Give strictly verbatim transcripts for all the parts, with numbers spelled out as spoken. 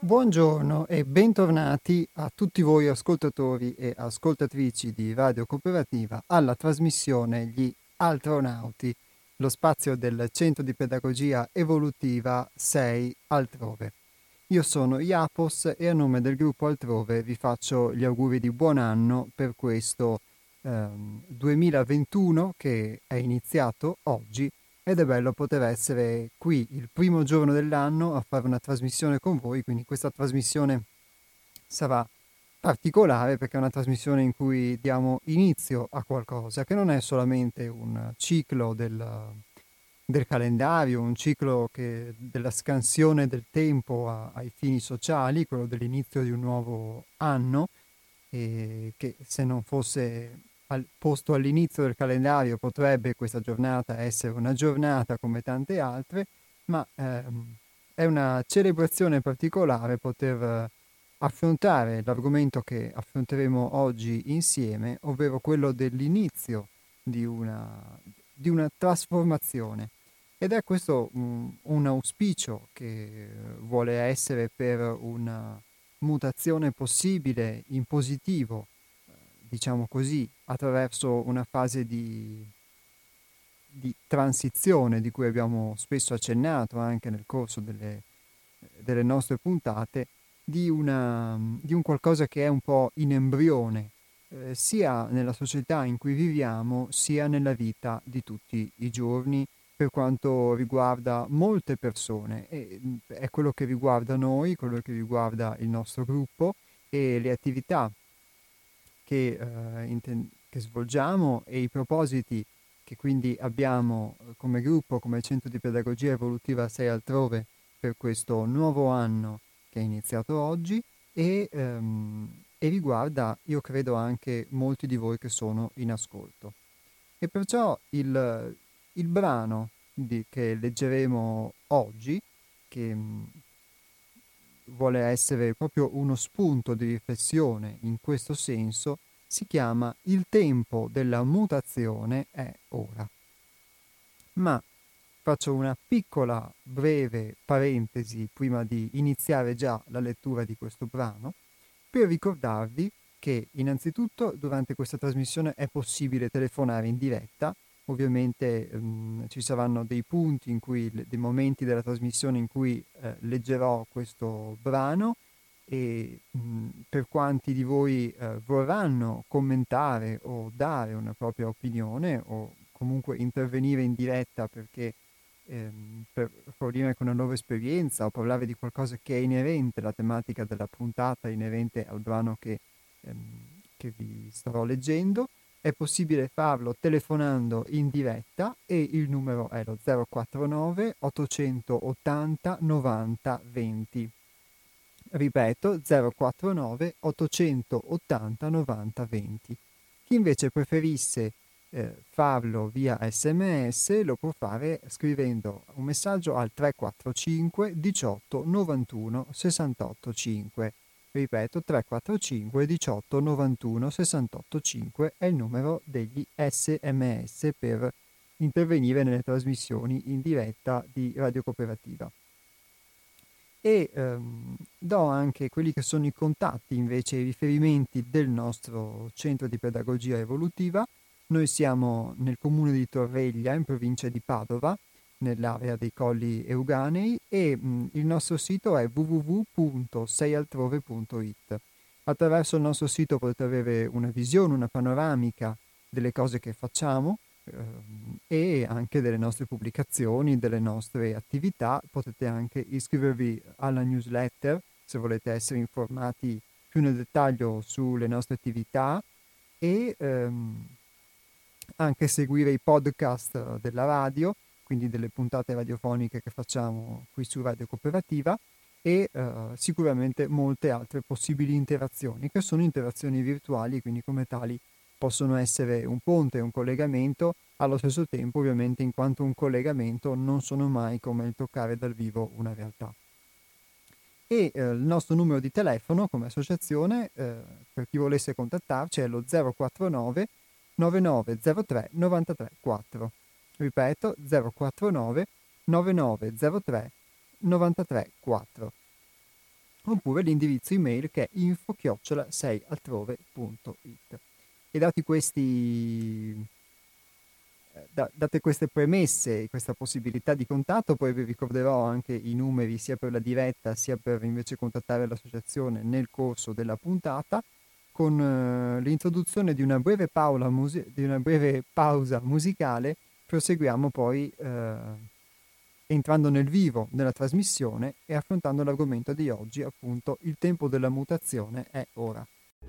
Buongiorno e bentornati a tutti voi ascoltatori e ascoltatrici di Radio Cooperativa alla trasmissione Gli Altronauti, lo spazio del Centro di Pedagogia Evolutiva sei Altrove. Io sono Iapos e a nome del gruppo Altrove vi faccio gli auguri di buon anno per questo ehm, duemilaventuno che è iniziato oggi. Ed è bello poter essere qui il primo giorno dell'anno a fare una trasmissione con voi, quindi questa trasmissione sarà particolare perché è una trasmissione in cui diamo inizio a qualcosa che non è solamente un ciclo del, del calendario, un ciclo che, della scansione del tempo a, ai fini sociali, quello dell'inizio di un nuovo anno, e che se non fosse al posto all'inizio del calendario potrebbe questa giornata essere una giornata come tante altre, ma ehm, è una celebrazione particolare poter eh, affrontare l'argomento che affronteremo oggi insieme, ovvero quello dell'inizio di una, di una trasformazione. Ed è questo um, un auspicio che vuole essere per una mutazione possibile in positivo, diciamo così, attraverso una fase di, di transizione di cui abbiamo spesso accennato anche nel corso delle, delle nostre puntate, di, una, di un qualcosa che è un po' in embrione, eh, sia nella società in cui viviamo, sia nella vita di tutti i giorni, per quanto riguarda molte persone. E è quello che riguarda noi, quello che riguarda il nostro gruppo e le attività che, eh, inten- che svolgiamo e i propositi che quindi abbiamo eh, come gruppo, come Centro di Pedagogia Evolutiva sei Altrove per questo nuovo anno che è iniziato oggi e, ehm, e riguarda, io credo, anche molti di voi che sono in ascolto. E perciò il, il brano di- che leggeremo oggi, che mh, vuole essere proprio uno spunto di riflessione in questo senso, si chiama Il tempo della mutazione è ora. Ma faccio una piccola, breve parentesi prima di iniziare già la lettura di questo brano, per ricordarvi che innanzitutto durante questa trasmissione è possibile telefonare in diretta. Ovviamente ehm, ci saranno dei punti in cui, dei momenti della trasmissione in cui eh, leggerò questo brano e mh, per quanti di voi eh, vorranno commentare o dare una propria opinione o comunque intervenire in diretta perché ehm, per fornire con la loro esperienza o parlare di qualcosa che è inerente alla tematica della puntata, inerente al brano che, ehm, che vi starò leggendo, è possibile farlo telefonando in diretta e il numero è lo zero quattro nove ottocentottanta novanta venti. Ripeto, zero quattro nove ottocentottanta novanta venti. Chi invece preferisse eh, farlo via sms lo può fare scrivendo un messaggio al tre quattro cinque diciotto novantuno sessantotto cinque. Ripeto, tre quattro cinque diciotto novantuno sessantotto cinque è il numero degli sms per intervenire nelle trasmissioni in diretta di Radio Cooperativa. E ehm, do anche quelli che sono i contatti, invece i riferimenti del nostro centro di pedagogia evolutiva. Noi siamo nel comune di Torreglia, in provincia di Padova, nell'area dei Colli Euganei e mh, il nostro sito è w w w punto sei altrove punto i t. Attraverso il nostro sito potete avere una visione, una panoramica delle cose che facciamo, e anche delle nostre pubblicazioni, delle nostre attività. Potete anche iscrivervi alla newsletter se volete essere informati più nel dettaglio sulle nostre attività e ehm, anche seguire i podcast della radio, quindi delle puntate radiofoniche che facciamo qui su Radio Cooperativa e eh, sicuramente molte altre possibili interazioni che sono interazioni virtuali, quindi come tali possono essere un ponte, un collegamento, allo stesso tempo ovviamente in quanto un collegamento non sono mai come il toccare dal vivo una realtà. E eh, il nostro numero di telefono come associazione, eh, per chi volesse contattarci, è lo zero quattro nove nove nove zero tre nove tre quattro. Ripeto, zero quattro nove nove nove zero tre nove tre quattro. oppure l'indirizzo email che è info chiocciola sei altrove punto it. E dati questi, da, date queste premesse e questa possibilità di contatto, poi vi ricorderò anche i numeri sia per la diretta sia per invece contattare l'associazione nel corso della puntata, con uh, l'introduzione di una breve, paula musi- di una breve pausa musicale. Proseguiamo poi uh, entrando nel vivo della trasmissione e affrontando l'argomento di oggi, appunto il tempo della mutazione è ora.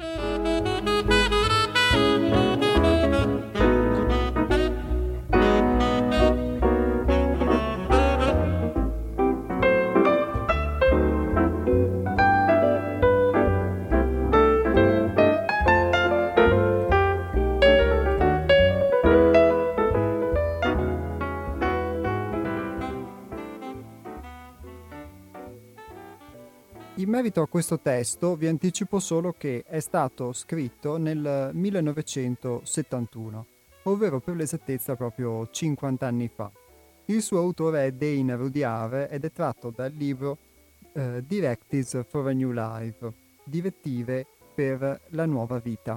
In merito a questo testo vi anticipo solo che è stato scritto nel millenovecentosettantuno, ovvero per l'esattezza proprio cinquanta anni fa. Il suo autore è Dane Rudhyar ed è tratto dal libro eh, Directives for a New Life, direttive per la nuova vita.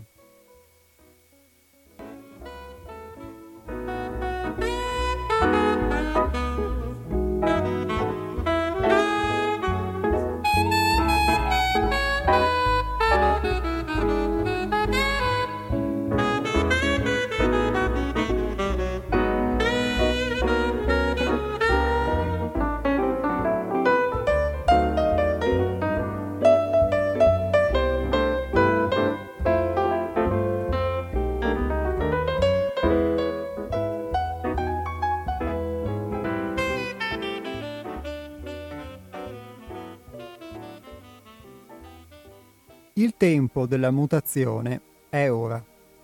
Il tempo della mutazione è ora.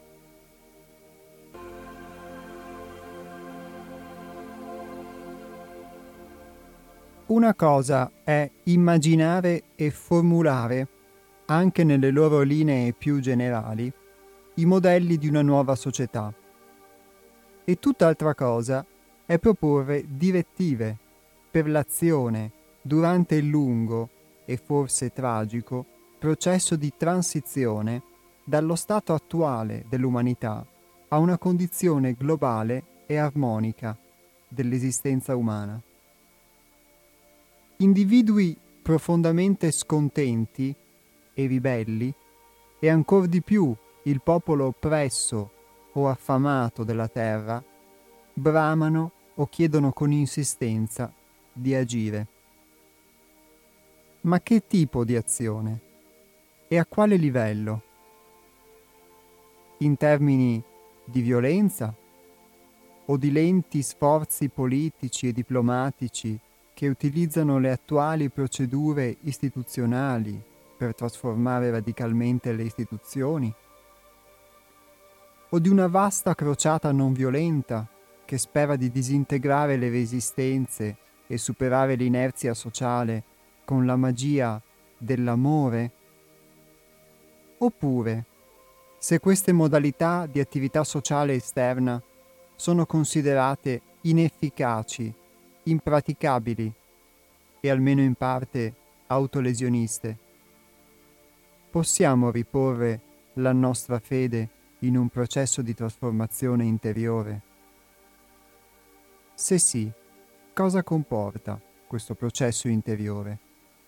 Una cosa è immaginare e formulare, anche nelle loro linee più generali, i modelli di una nuova società. E tutt'altra cosa è proporre direttive per l'azione durante il lungo e forse tragico processo di transizione dallo stato attuale dell'umanità a una condizione globale e armonica dell'esistenza umana. Individui profondamente scontenti e ribelli, e ancor di più il popolo oppresso o affamato della terra, bramano o chiedono con insistenza di agire. Ma che tipo di azione? E a quale livello? In termini di violenza o di lenti sforzi politici e diplomatici che utilizzano le attuali procedure istituzionali per trasformare radicalmente le istituzioni? O di una vasta crociata non violenta che spera di disintegrare le resistenze e superare l'inerzia sociale con la magia dell'amore? Oppure, se queste modalità di attività sociale esterna sono considerate inefficaci, impraticabili e almeno in parte autolesioniste, possiamo riporre la nostra fede in un processo di trasformazione interiore? Se sì, cosa comporta questo processo interiore?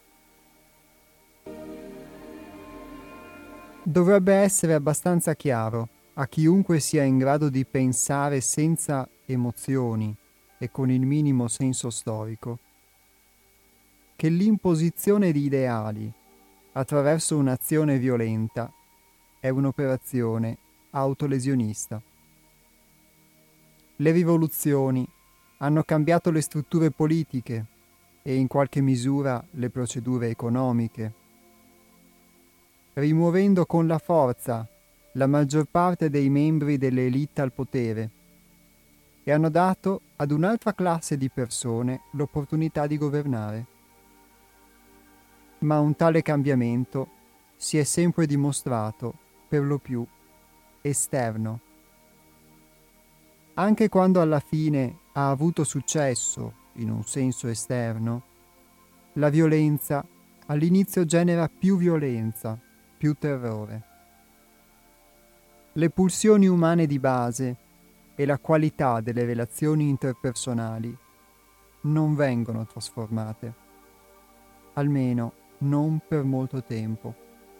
Dovrebbe essere abbastanza chiaro a chiunque sia in grado di pensare senza emozioni e con il minimo senso storico che l'imposizione di ideali attraverso un'azione violenta è un'operazione autolesionista. Le rivoluzioni hanno cambiato le strutture politiche e in qualche misura le procedure economiche, rimuovendo con la forza la maggior parte dei membri delle élite al potere, e hanno dato ad un'altra classe di persone l'opportunità di governare. Ma un tale cambiamento si è sempre dimostrato per lo più esterno. Anche quando alla fine ha avuto successo in un senso esterno, la violenza all'inizio genera più violenza, più terrore. Le pulsioni umane di base e la qualità delle relazioni interpersonali non vengono trasformate, almeno non per molto tempo.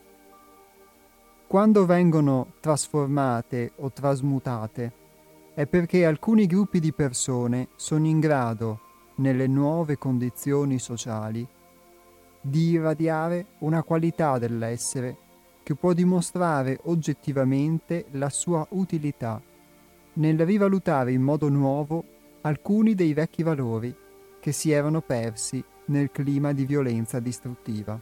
Quando vengono trasformate o trasmutate è perché alcuni gruppi di persone sono in grado, nelle nuove condizioni sociali, di irradiare una qualità dell'essere che può dimostrare oggettivamente la sua utilità nel rivalutare in modo nuovo alcuni dei vecchi valori che si erano persi nel clima di violenza distruttiva.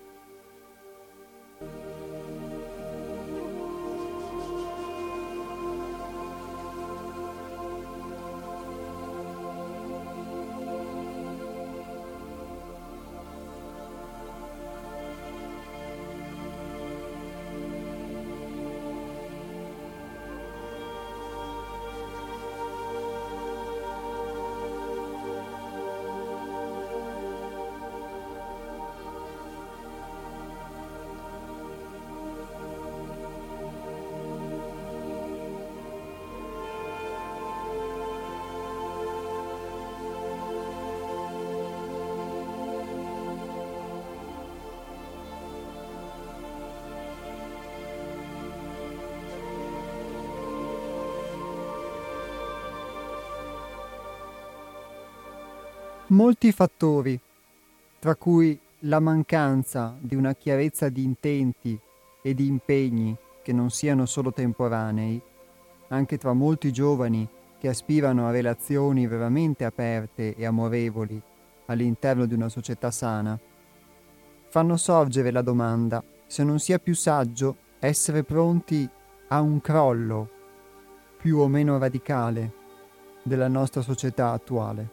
Molti fattori, tra cui la mancanza di una chiarezza di intenti e di impegni che non siano solo temporanei, anche tra molti giovani che aspirano a relazioni veramente aperte e amorevoli all'interno di una società sana, fanno sorgere la domanda se non sia più saggio essere pronti a un crollo più o meno radicale della nostra società attuale.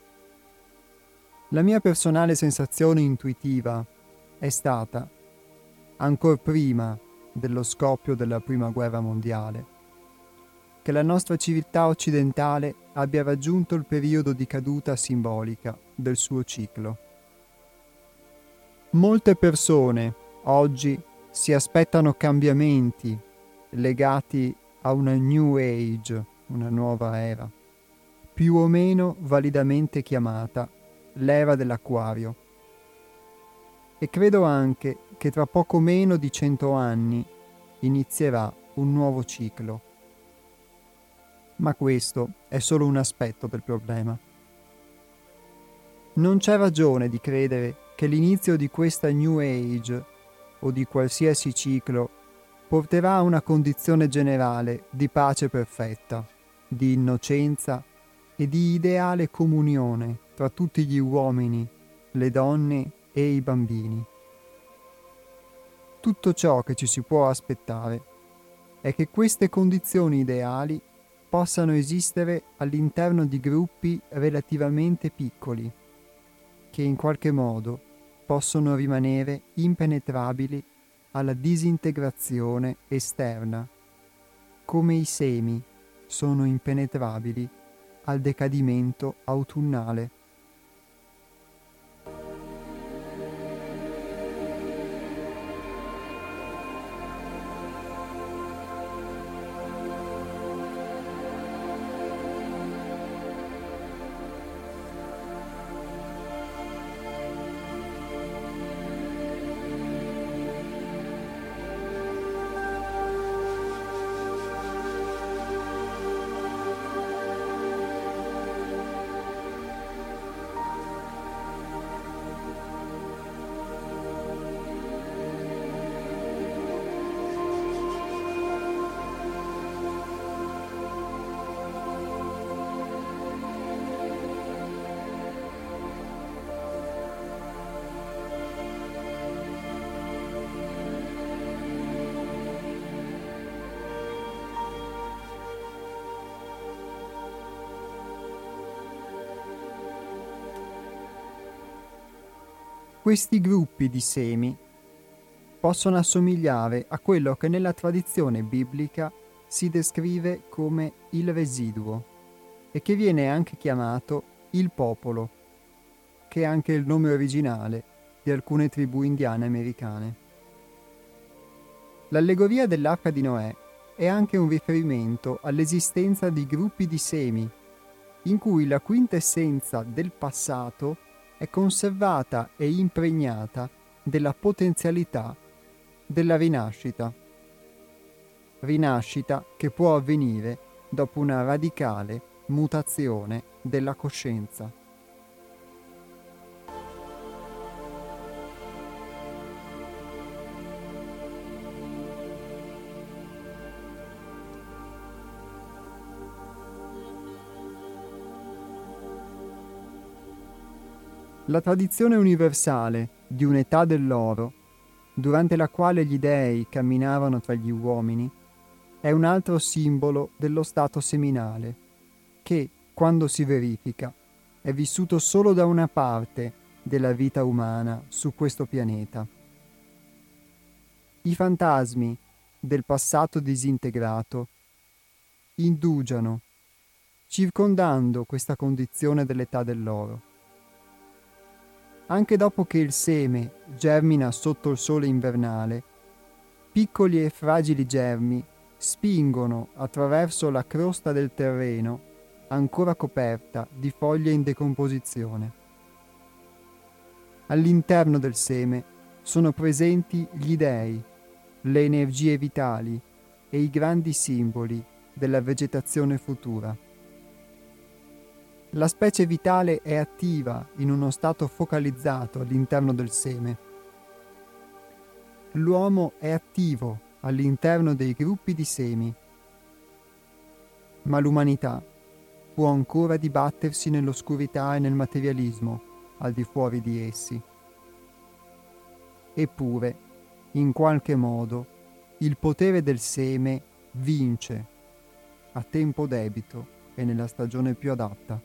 La mia personale sensazione intuitiva è stata, ancor prima dello scoppio della Prima Guerra Mondiale, che la nostra civiltà occidentale abbia raggiunto il periodo di caduta simbolica del suo ciclo. Molte persone oggi si aspettano cambiamenti legati a una New Age, una nuova era, più o meno validamente chiamata l'era dell'Acquario. E credo anche che tra poco meno di cento anni inizierà un nuovo ciclo. Ma questo è solo un aspetto del problema. Non c'è ragione di credere che l'inizio di questa New Age o di qualsiasi ciclo porterà a una condizione generale di pace perfetta, di innocenza e di ideale comunione tra tutti gli uomini, le donne e i bambini. Tutto ciò che ci si può aspettare è che queste condizioni ideali possano esistere all'interno di gruppi relativamente piccoli, che in qualche modo possono rimanere impenetrabili alla disintegrazione esterna, come i semi sono impenetrabili al decadimento autunnale. Questi gruppi di semi possono assomigliare a quello che nella tradizione biblica si descrive come il residuo e che viene anche chiamato il popolo, che è anche il nome originale di alcune tribù indiane americane. L'allegoria dell'arca di Noè è anche un riferimento all'esistenza di gruppi di semi, in cui la quintessenza del passato è conservata e impregnata della potenzialità della rinascita. Rinascita che può avvenire dopo una radicale mutazione della coscienza. La tradizione universale di un'età dell'oro, durante la quale gli dei camminavano tra gli uomini, è un altro simbolo dello stato seminale, che, quando si verifica, è vissuto solo da una parte della vita umana su questo pianeta. I fantasmi del passato disintegrato indugiano, circondando questa condizione dell'età dell'oro. Anche dopo che il seme germina sotto il sole invernale, piccoli e fragili germi spingono attraverso la crosta del terreno ancora coperta di foglie in decomposizione. All'interno del seme sono presenti gli dei, le energie vitali e i grandi simboli della vegetazione futura. La specie vitale è attiva in uno stato focalizzato all'interno del seme. L'uomo è attivo all'interno dei gruppi di semi, ma l'umanità può ancora dibattersi nell'oscurità e nel materialismo al di fuori di essi. Eppure, in qualche modo, il potere del seme vince a tempo debito e nella stagione più adatta.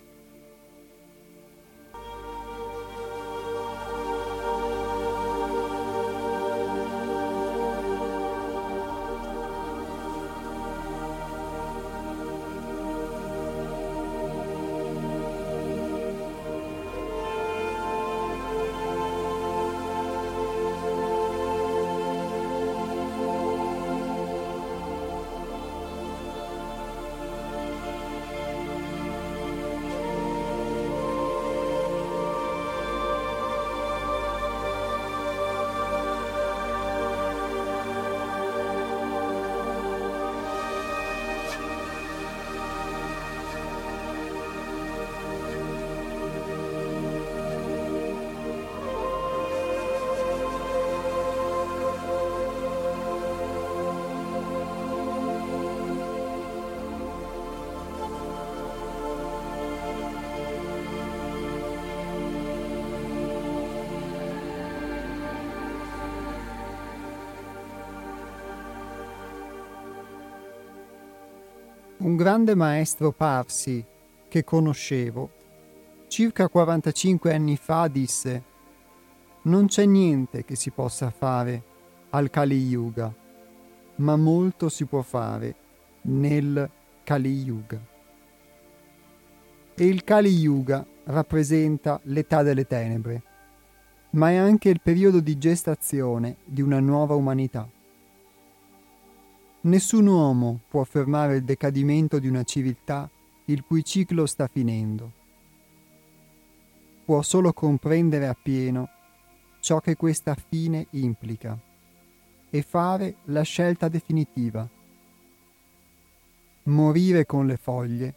Un grande maestro Parsi che conoscevo, circa quarantacinque anni fa, disse: «Non c'è niente che si possa fare al Kali Yuga, ma molto si può fare nel Kali Yuga». E il Kali Yuga rappresenta l'età delle tenebre, ma è anche il periodo di gestazione di una nuova umanità. Nessun uomo può fermare il decadimento di una civiltà il cui ciclo sta finendo. Può solo comprendere appieno ciò che questa fine implica e fare la scelta definitiva: morire con le foglie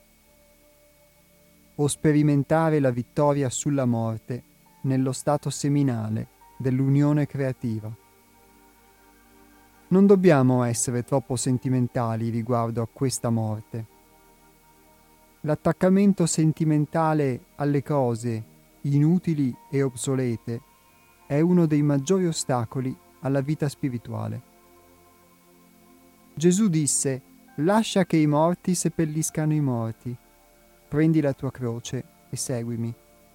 o sperimentare la vittoria sulla morte nello stato seminale dell'unione creativa. Non dobbiamo essere troppo sentimentali riguardo a questa morte. L'attaccamento sentimentale alle cose inutili e obsolete è uno dei maggiori ostacoli alla vita spirituale. Gesù disse: «Lascia che i morti seppelliscano i morti, prendi la tua croce e seguimi».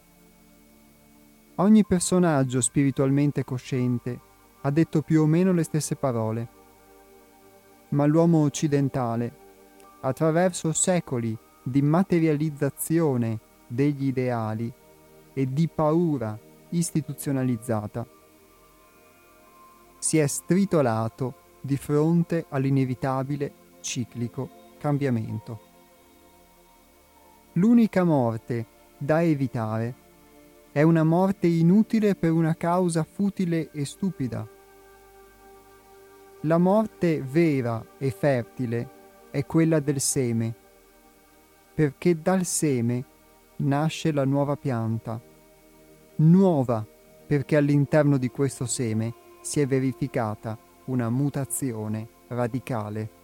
Ogni personaggio spiritualmente cosciente ha detto più o meno le stesse parole, ma l'uomo occidentale, attraverso secoli di materializzazione degli ideali e di paura istituzionalizzata. Si è stritolato di fronte all'inevitabile ciclico cambiamento. L'unica morte da evitare è una morte inutile per una causa futile e stupida. La morte vera e fertile è quella del seme, perché dal seme nasce la nuova pianta, nuova perché all'interno di questo seme si è verificata una mutazione radicale.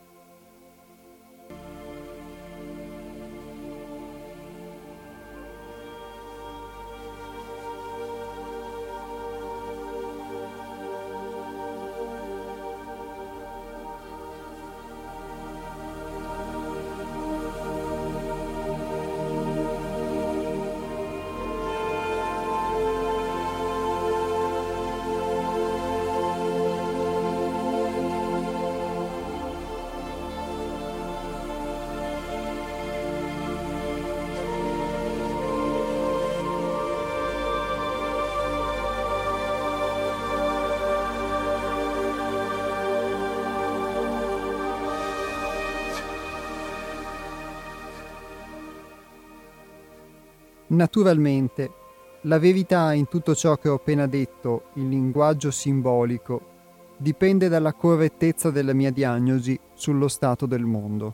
Naturalmente, la verità in tutto ciò che ho appena detto, in linguaggio simbolico, dipende dalla correttezza della mia diagnosi sullo stato del mondo.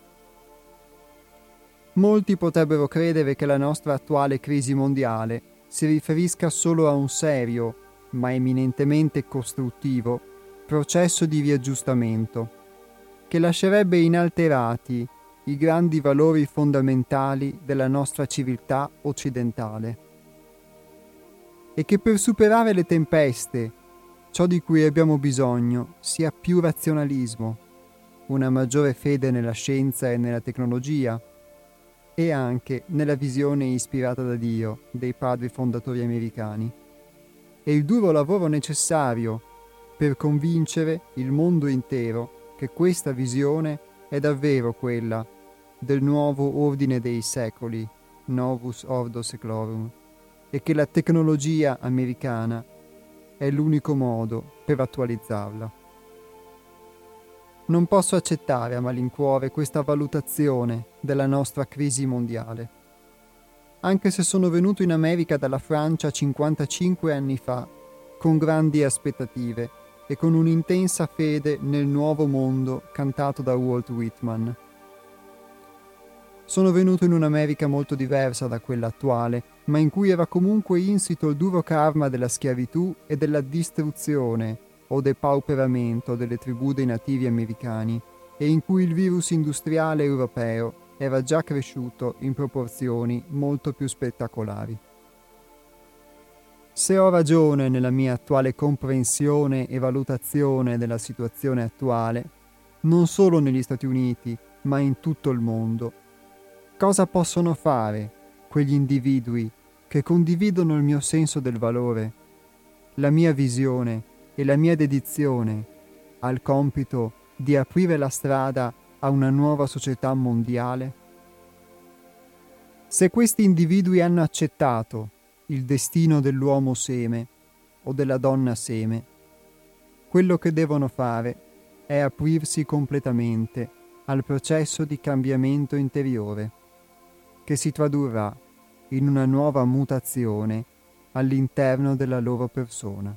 Molti potrebbero credere che la nostra attuale crisi mondiale si riferisca solo a un serio, ma eminentemente costruttivo, processo di riaggiustamento, che lascerebbe inalterati i grandi valori fondamentali della nostra civiltà occidentale, e che per superare le tempeste ciò di cui abbiamo bisogno sia più razionalismo, una maggiore fede nella scienza e nella tecnologia, e anche nella visione ispirata da Dio dei padri fondatori americani, e il duro lavoro necessario per convincere il mondo intero che questa visione è davvero quella del nuovo ordine dei secoli, Novus Ordo Seclorum, e che la tecnologia americana è l'unico modo per attualizzarla. Non posso accettare a malincuore questa valutazione della nostra crisi mondiale. Anche se sono venuto in America dalla Francia cinquantacinque anni fa, con grandi aspettative e con un'intensa fede nel nuovo mondo cantato da Walt Whitman. Sono venuto in un'America molto diversa da quella attuale, ma in cui era comunque insito il duro karma della schiavitù e della distruzione o depauperamento delle tribù dei nativi americani, e in cui il virus industriale europeo era già cresciuto in proporzioni molto più spettacolari. Se ho ragione nella mia attuale comprensione e valutazione della situazione attuale, non solo negli Stati Uniti, ma in tutto il mondo, cosa possono fare quegli individui che condividono il mio senso del valore, la mia visione e la mia dedizione al compito di aprire la strada a una nuova società mondiale? Se questi individui hanno accettato il destino dell'uomo seme o della donna seme, quello che devono fare è aprirsi completamente al processo di cambiamento interiore, che si tradurrà in una nuova mutazione all'interno della loro persona.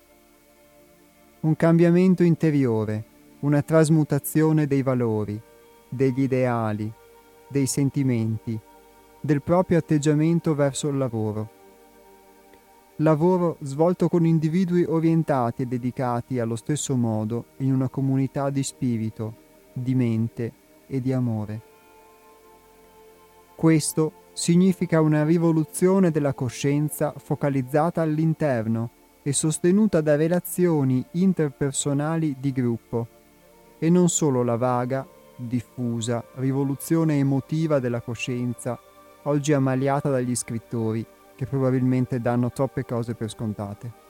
Un cambiamento interiore, una trasmutazione dei valori, degli ideali, dei sentimenti, del proprio atteggiamento verso il lavoro. Lavoro svolto con individui orientati e dedicati allo stesso modo in una comunità di spirito, di mente e di amore. Questo significa una rivoluzione della coscienza focalizzata all'interno e sostenuta da relazioni interpersonali di gruppo, e non solo la vaga, diffusa rivoluzione emotiva della coscienza, oggi ammaliata dagli scrittori, che probabilmente danno troppe cose per scontate.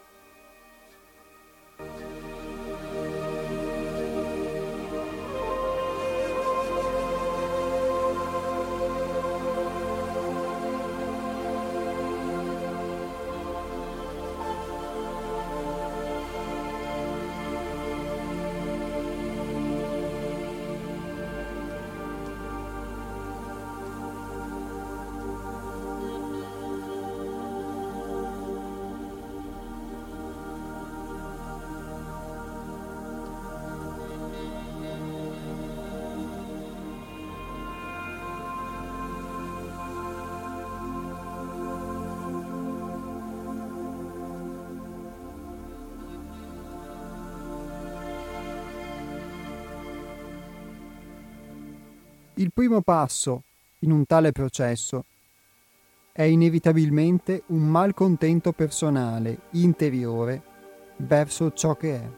Il primo passo in un tale processo è inevitabilmente un malcontento personale, interiore, verso ciò che è.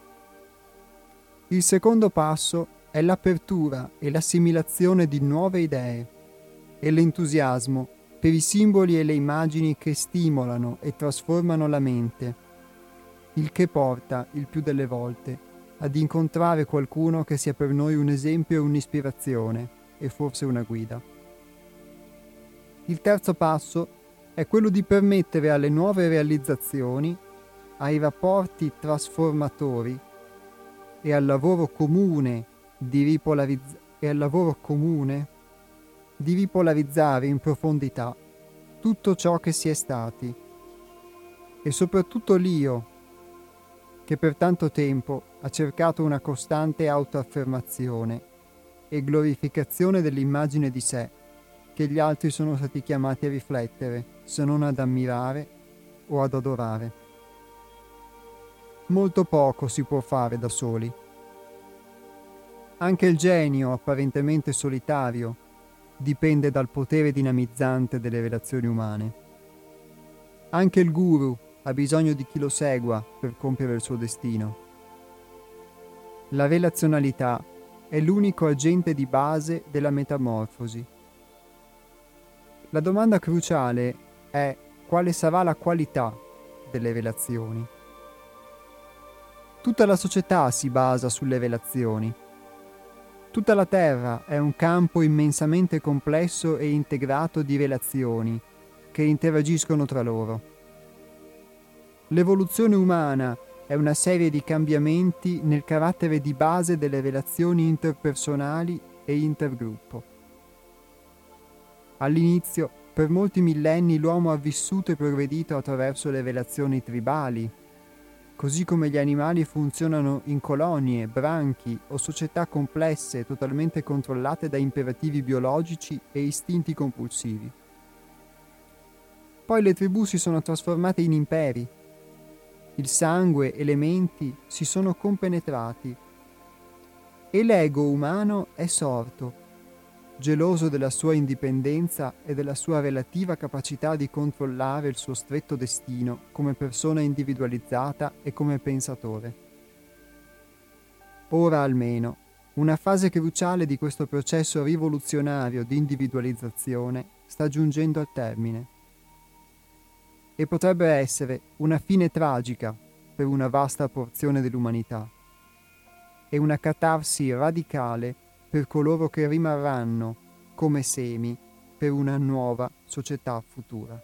Il secondo passo è l'apertura e l'assimilazione di nuove idee e l'entusiasmo per i simboli e le immagini che stimolano e trasformano la mente, il che porta, il più delle volte, ad incontrare qualcuno che sia per noi un esempio e un'ispirazione, e forse una guida. Il terzo passo è quello di permettere alle nuove realizzazioni, ai rapporti trasformatori e al lavoro comune di ripolarizz- e al lavoro comune di ripolarizzare in profondità tutto ciò che si è stati, e soprattutto l'io, che per tanto tempo ha cercato una costante autoaffermazione e glorificazione dell'immagine di sé che gli altri sono stati chiamati a riflettere, se non ad ammirare o ad adorare. Molto poco si può fare da soli. Anche il genio, apparentemente solitario, dipende dal potere dinamizzante delle relazioni umane. Anche il guru ha bisogno di chi lo segua per compiere il suo destino. La relazionalità è l'unico agente di base della metamorfosi. La domanda cruciale è quale sarà la qualità delle relazioni. Tutta la società si basa sulle relazioni. Tutta la Terra è un campo immensamente complesso e integrato di relazioni che interagiscono tra loro. L'evoluzione umana è una serie di cambiamenti nel carattere di base delle relazioni interpersonali e intergruppo. All'inizio, per molti millenni l'uomo ha vissuto e progredito attraverso le relazioni tribali, così come gli animali funzionano in colonie, branchi o società complesse totalmente controllate da imperativi biologici e istinti compulsivi. Poi le tribù si sono trasformate in imperi. Il sangue e le menti si sono compenetrati e l'ego umano è sorto, geloso della sua indipendenza e della sua relativa capacità di controllare il suo stretto destino come persona individualizzata e come pensatore. Ora almeno, una fase cruciale di questo processo rivoluzionario di individualizzazione sta giungendo al termine. E potrebbe essere una fine tragica per una vasta porzione dell'umanità e una catarsi radicale per coloro che rimarranno come semi per una nuova società futura.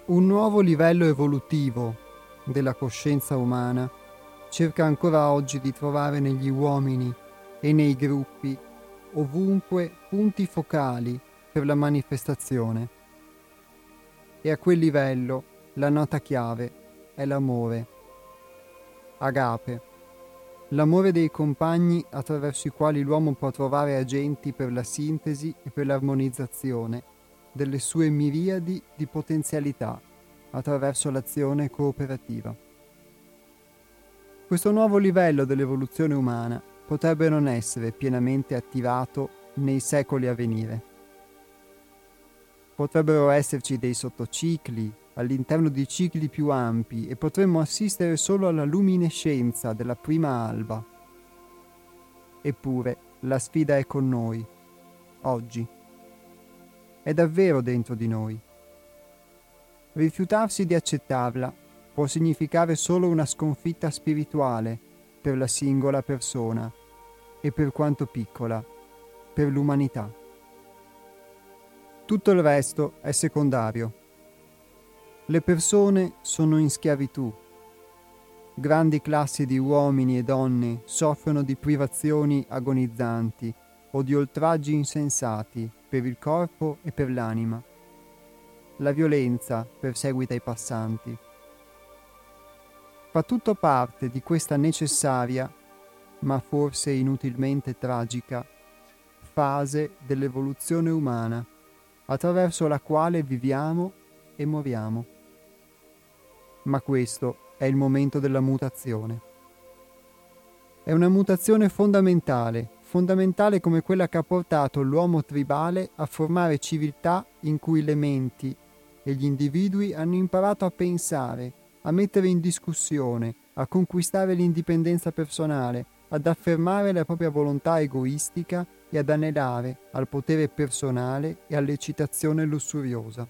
Un nuovo livello evolutivo della coscienza umana cerca ancora oggi di trovare negli uomini e nei gruppi ovunque punti focali per la manifestazione. E a quel livello la nota chiave è l'amore. Agape. L'amore dei compagni attraverso i quali l'uomo può trovare agenti per la sintesi e per l'armonizzazione delle sue miriadi di potenzialità attraverso l'azione cooperativa. Questo nuovo livello dell'evoluzione umana potrebbe non essere pienamente attivato nei secoli a venire. Potrebbero esserci dei sottocicli all'interno di cicli più ampi e potremmo assistere solo alla luminescenza della prima alba. Eppure la sfida è con noi, oggi. È davvero dentro di noi. Rifiutarsi di accettarla può significare solo una sconfitta spirituale per la singola persona e per quanto piccola, per l'umanità. Tutto il resto è secondario. Le persone sono in schiavitù. Grandi classi di uomini e donne soffrono di privazioni agonizzanti o di oltraggi insensati per il corpo e per l'anima. La violenza perseguita i passanti. Fa tutto parte di questa necessaria, ma forse inutilmente tragica, fase dell'evoluzione umana, attraverso la quale viviamo e moriamo. Ma questo è il momento della mutazione. È una mutazione fondamentale, fondamentale come quella che ha portato l'uomo tribale a formare civiltà in cui le menti e gli individui hanno imparato a pensare, a mettere in discussione, a conquistare l'indipendenza personale, ad affermare la propria volontà egoistica e ad anelare al potere personale e all'eccitazione lussuriosa.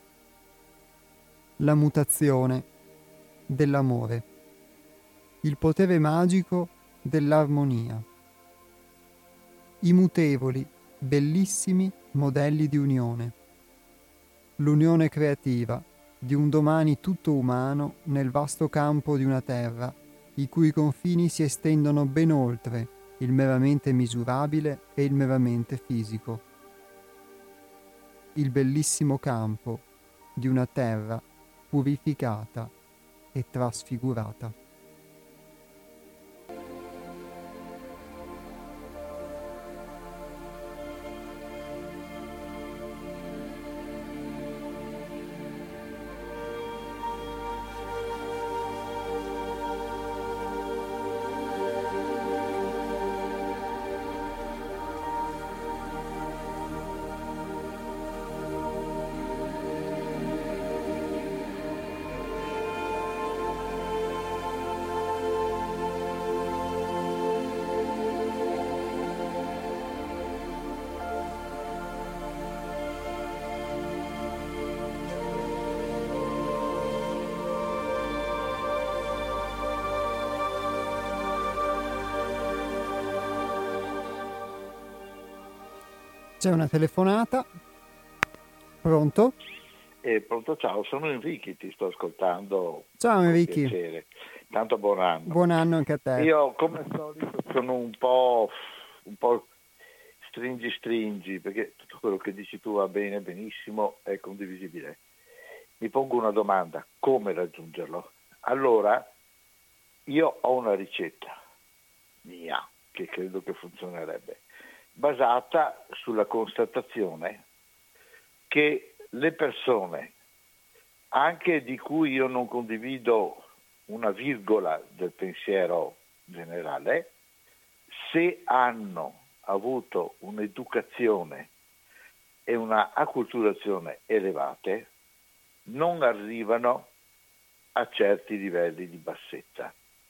La mutazione dell'amore, il potere magico dell'armonia, i mutevoli, bellissimi modelli di unione, l'unione creativa di un domani tutto umano nel vasto campo di una terra i cui confini si estendono ben oltre il meramente misurabile e il meramente fisico. Il bellissimo campo di una terra purificata e trasfigurata. C'è una telefonata. Pronto? Eh, pronto, ciao, sono Enrico, ti sto ascoltando. Ciao con Enrico. piacere. Tanto buon anno. Buon anno anche a te. Io come al solito sono un po', un po' stringi stringi, perché tutto quello che dici tu va bene, benissimo, è condivisibile. Mi pongo una domanda: come raggiungerlo? Allora, io ho una ricetta mia che credo che funzionerebbe, basata sulla constatazione che le persone, anche di cui io non condivido una virgola del pensiero generale, se hanno avuto un'educazione e una acculturazione elevate, non arrivano a certi livelli di bassezza.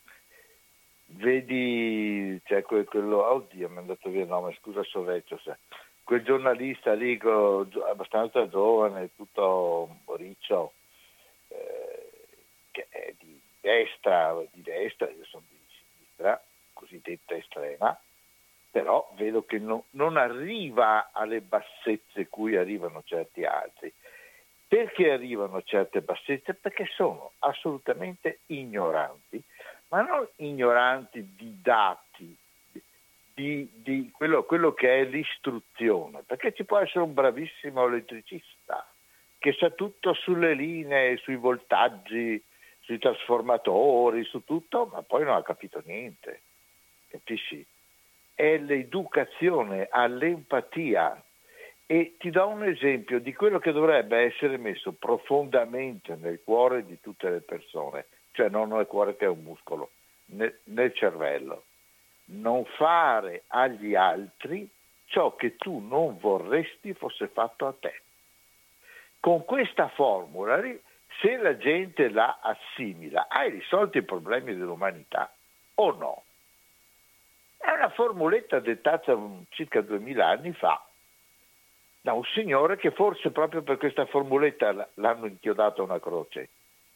Vedi, c'è cioè quello, oddio, mi è andato via il nome, scusa Sovecchio, quel giornalista lì abbastanza giovane, tutto riccio, eh, che è di destra, di destra, io sono di sinistra, cosiddetta estrema, però vedo che no, non arriva alle bassezze cui arrivano certi altri. Perché arrivano a certe bassezze? Perché sono assolutamente ignoranti, ma non ignoranti di dati, di, di quello, quello che è l'istruzione, perché ci può essere un bravissimo elettricista che sa tutto sulle linee, sui voltaggi, sui trasformatori, su tutto, ma poi non ha capito niente, capisci? È l'educazione all'empatia. E ti do un esempio di quello che dovrebbe essere messo profondamente nel cuore di tutte le persone, cioè non nel cuore che è un muscolo, nel, nel cervello. Non fare agli altri ciò che tu non vorresti fosse fatto a te. Con questa formula, se la gente la assimila, hai risolto i problemi dell'umanità o no? È una formuletta dettata circa duemila anni fa da un signore che forse proprio per questa formuletta l'hanno inchiodato a una croce.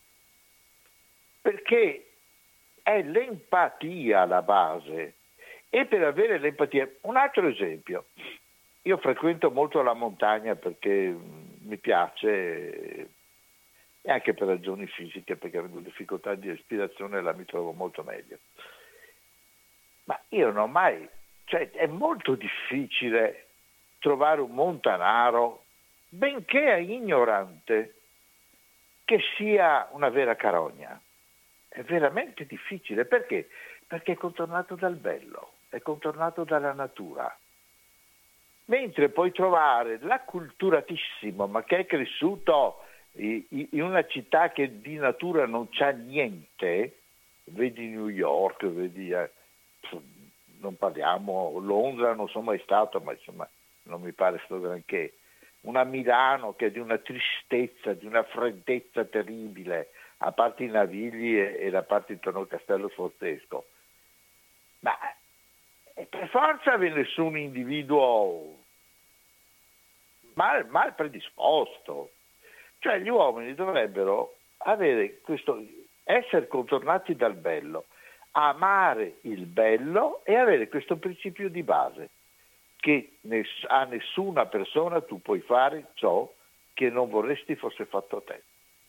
Perché è l'empatia la base. E per avere l'empatia, un altro esempio, io frequento molto la montagna perché mi piace e anche per ragioni fisiche, perché avendo difficoltà di respirazione la mi trovo molto meglio. Ma io non ho mai, cioè è molto difficile trovare un montanaro, benché è ignorante, che sia una vera carogna. È veramente difficile. Perché? Perché è contornato dal bello, è contornato dalla natura. Mentre puoi trovare l'acculturatissimo, ma che è cresciuto in una città che di natura non c'ha niente, vedi New York, vedi, eh, non parliamo, Londra non sono mai stato, ma insomma non mi pare sto granché, una Milano che è di una tristezza, di una freddezza terribile, a parte i Navigli e, e la parte intorno al Castello Sforzesco. Ma per forza ve ne su un individuo mal, mal predisposto. Cioè gli uomini dovrebbero avere questo, essere contornati dal bello, amare il bello e avere questo principio di base, che a nessuna persona tu puoi fare ciò che non vorresti fosse fatto a te.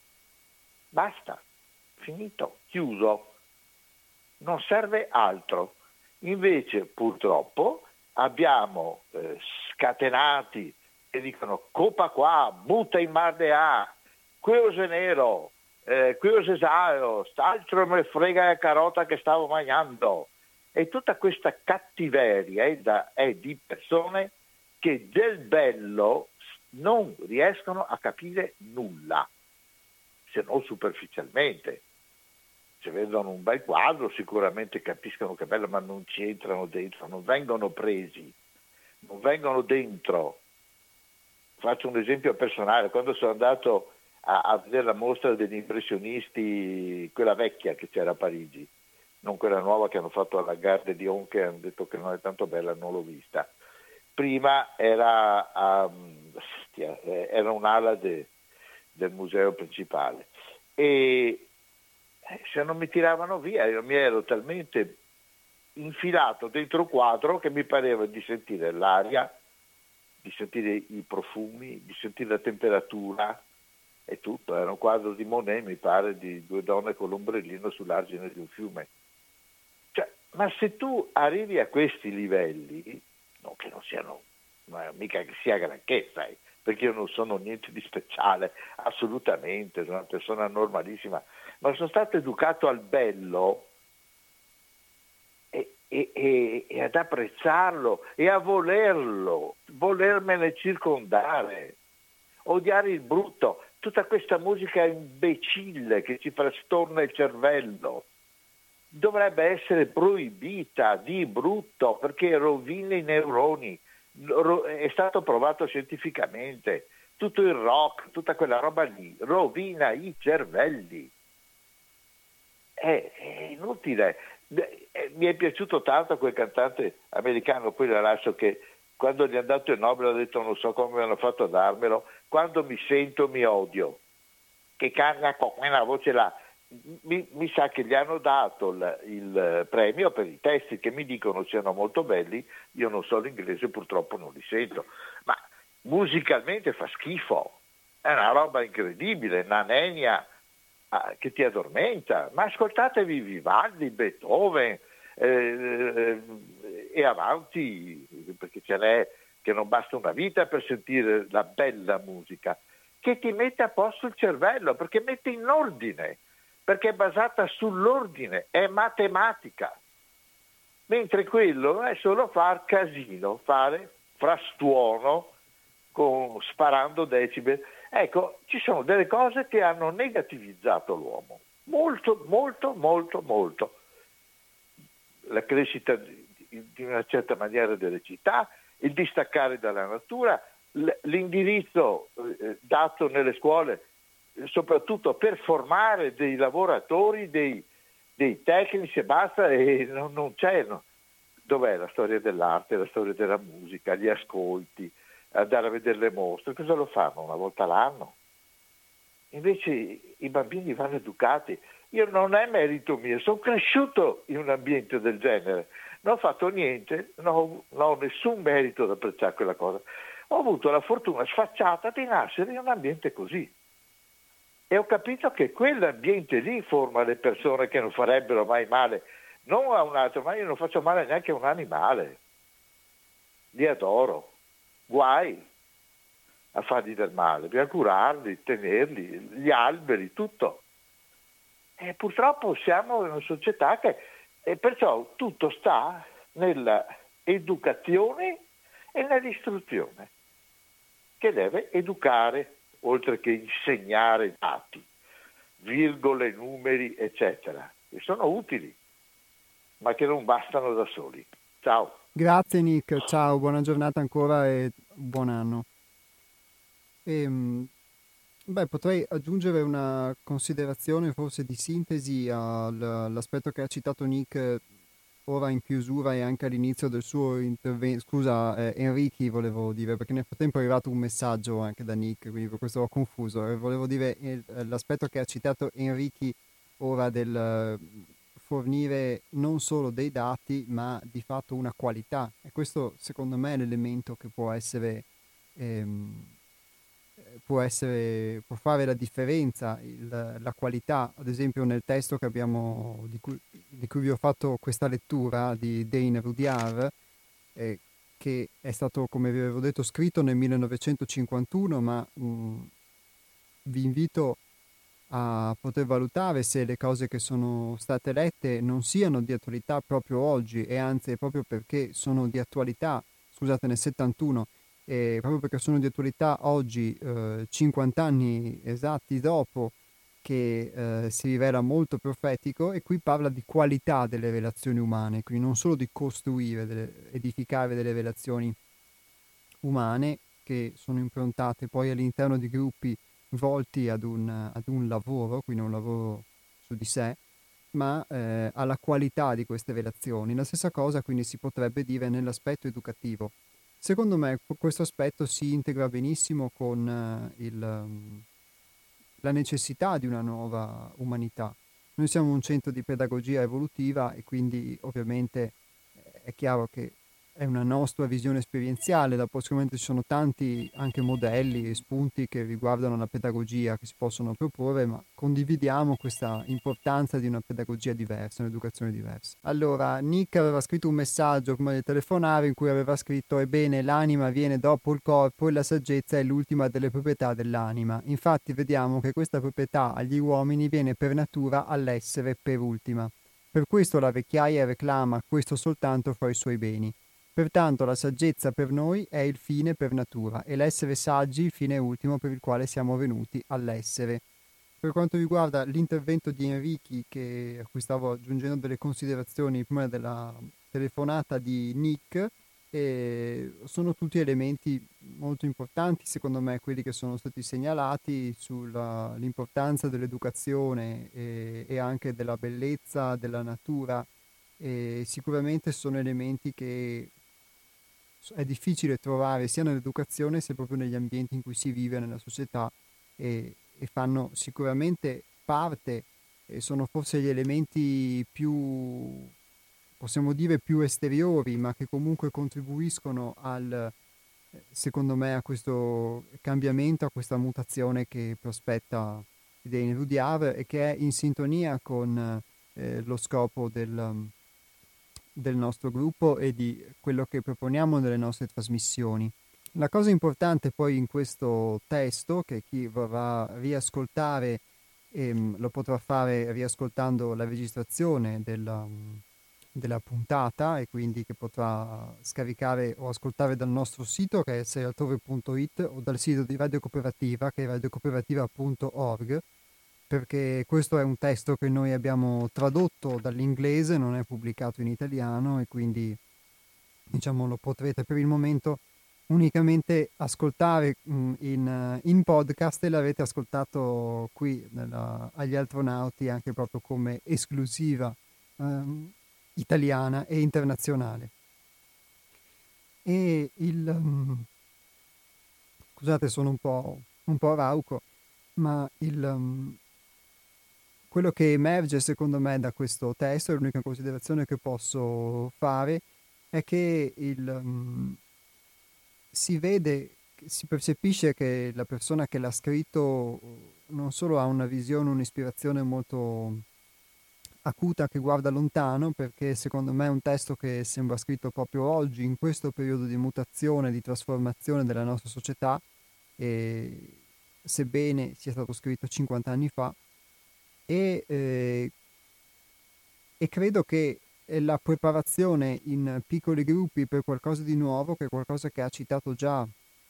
Basta, finito, chiuso, non serve altro. Invece purtroppo abbiamo eh, scatenati che dicono copa qua, butta in mar de a, questo è nero, eh, questo è saio, st'altro me frega la carota che stavo mangiando. E tutta questa cattiveria è, da, è di persone che del bello non riescono a capire nulla, se non superficialmente. Se vedono un bel quadro sicuramente capiscono che è bello, ma non ci entrano dentro, non vengono presi, non vengono dentro. Faccio un esempio personale: quando sono andato a, a vedere la mostra degli impressionisti, quella vecchia che c'era a Parigi, non quella nuova che hanno fatto alla Gare de Lyon, che hanno detto che non è tanto bella, non l'ho vista. Prima era, um, era un'ala de, del museo principale e se non mi tiravano via, io mi ero talmente infilato dentro il quadro che mi pareva di sentire l'aria, di sentire i profumi, di sentire la temperatura e tutto. Era un quadro di Monet, mi pare, di due donne con l'ombrellino sull'argine di un fiume. Cioè, ma se tu arrivi a questi livelli, non che non siano, ma mica che sia granché, sai, perché io non sono niente di speciale, assolutamente, sono una persona normalissima, ma sono stato educato al bello e, e, e, e ad apprezzarlo e a volerlo, volermene circondare, odiare il brutto, tutta questa musica imbecille che ci frastorna il cervello. Dovrebbe essere proibita di brutto perché rovina i neuroni, è stato provato scientificamente. Tutto il rock, tutta quella roba lì rovina i cervelli. È, è inutile. Mi è piaciuto tanto quel cantante americano, poi la lascio, che quando gli è andato il Nobel ha detto non so come hanno fatto a darmelo, quando mi sento mi odio, che canta con quella voce là. Mi, mi sa che gli hanno dato il, il premio per i testi che mi dicono siano molto belli. Io non so l'inglese, purtroppo non li sento, ma musicalmente fa schifo, è una roba incredibile, una nenia ah, che ti addormenta. Ma ascoltatevi Vivaldi, Beethoven eh, eh, e avanti, perché ce n'è che non basta una vita per sentire la bella musica, che ti mette a posto il cervello, perché mette in ordine, perché è basata sull'ordine, è matematica. Mentre quello è solo far casino, fare frastuono, con, sparando decibel. Ecco, ci sono delle cose che hanno negativizzato l'uomo, molto, molto, molto, molto. La crescita di, di una certa maniera delle città, il distaccare dalla natura, l'indirizzo eh, dato nelle scuole, soprattutto per formare dei lavoratori, dei, dei tecnici e basta, e non, non c'è. No. Dov'è la storia dell'arte, la storia della musica, gli ascolti, andare a vedere le mostre? Cosa lo fanno una volta l'anno? Invece i bambini vanno educati. Io non è merito mio, sono cresciuto in un ambiente del genere, non ho fatto niente, non ho, non ho nessun merito da apprezzare quella cosa. Ho avuto la fortuna sfacciata di nascere in un ambiente così e ho capito che quell'ambiente lì forma le persone che non farebbero mai male, non a un altro, ma io non faccio male neanche a un animale, li adoro, guai a fargli del male, bisogna curarli, tenerli, gli alberi, tutto. E purtroppo siamo in una società che, e perciò tutto sta nella educazione e nell'istruzione, che deve educare oltre che insegnare dati, virgole, numeri, eccetera, che sono utili, ma che non bastano da soli. Ciao. Grazie Nick, ciao, buona giornata ancora e buon anno. E, beh, potrei aggiungere una considerazione forse di sintesi all'aspetto che ha citato Nick ora in chiusura e anche all'inizio del suo intervento. Scusa, eh, Enrichi volevo dire, perché nel frattempo è arrivato un messaggio anche da Nick, quindi per questo ho confuso. Eh, volevo dire eh, l'aspetto che ha citato Enrichi ora del eh, fornire non solo dei dati, ma di fatto una qualità. E questo secondo me è l'elemento che può essere... Ehm, può essere, può fare la differenza, il, la qualità, ad esempio nel testo che abbiamo, di cui, di cui vi ho fatto questa lettura di Dane Rudyard, eh, che è stato, come vi avevo detto, scritto nel millenovecentocinquantuno, ma mh, vi invito a poter valutare se le cose che sono state lette non siano di attualità proprio oggi, e anzi proprio perché sono di attualità, scusate, nel settantuno, e proprio perché sono di attualità oggi, eh, cinquanta anni esatti dopo, che eh, si rivela molto profetico, e qui parla di qualità delle relazioni umane, quindi non solo di costruire, delle, edificare delle relazioni umane che sono improntate poi all'interno di gruppi volti ad un, ad un lavoro, quindi un lavoro su di sé, ma eh, alla qualità di queste relazioni. La stessa cosa quindi si potrebbe dire nell'aspetto educativo. Secondo me questo aspetto si integra benissimo con uh, il, um, la necessità di una nuova umanità. Noi siamo un centro di pedagogia evolutiva e quindi ovviamente è chiaro che è una nostra visione esperienziale, dopo sicuramente ci sono tanti anche modelli e spunti che riguardano la pedagogia che si possono proporre, ma condividiamo questa importanza di una pedagogia diversa, un'educazione diversa. Allora, Nick aveva scritto un messaggio prima di telefonare in cui aveva scritto: ebbene, l'anima viene dopo il corpo e la saggezza è l'ultima delle proprietà dell'anima. Infatti vediamo che questa proprietà agli uomini viene per natura all'essere per ultima. Per questo la vecchiaia reclama questo soltanto fra i suoi beni. Pertanto la saggezza per noi è il fine per natura e l'essere saggi il fine ultimo per il quale siamo venuti all'essere. Per quanto riguarda l'intervento di Enrichi, che, a cui stavo aggiungendo delle considerazioni prima della telefonata di Nick, eh, sono tutti elementi molto importanti secondo me, quelli che sono stati segnalati sull'importanza dell'educazione e, e anche della bellezza della natura. E sicuramente sono elementi che è difficile trovare sia nell'educazione sia proprio negli ambienti in cui si vive nella società, e, e fanno sicuramente parte, e sono forse gli elementi più, possiamo dire, più esteriori, ma che comunque contribuiscono al, secondo me, a questo cambiamento, a questa mutazione che prospetta Daniel Rudhyar e che è in sintonia con eh, lo scopo del, del nostro gruppo e di quello che proponiamo nelle nostre trasmissioni. La cosa importante poi in questo testo, che chi vorrà riascoltare ehm, lo potrà fare riascoltando la registrazione della, della puntata, e quindi che potrà scaricare o ascoltare dal nostro sito, che è sei altrove punto it, o dal sito di Radio Cooperativa, che è radiocooperativa punto org, perché questo è un testo che noi abbiamo tradotto dall'inglese, non è pubblicato in italiano, e quindi diciamo lo potrete per il momento unicamente ascoltare mh, in, in podcast, e l'avete ascoltato qui nella, agli Altronauti anche proprio come esclusiva ehm, italiana e internazionale. E il mh, scusate, sono un po', un po' rauco, ma il mh, quello che emerge secondo me da questo testo, e l'unica considerazione che posso fare, è che il, um, si vede, si percepisce che la persona che l'ha scritto non solo ha una visione, un'ispirazione molto acuta che guarda lontano, perché secondo me è un testo che sembra scritto proprio oggi, in questo periodo di mutazione, di trasformazione della nostra società, e sebbene sia stato scritto cinquanta anni fa. E, eh, e credo che la preparazione in piccoli gruppi per qualcosa di nuovo, che è qualcosa che ha citato già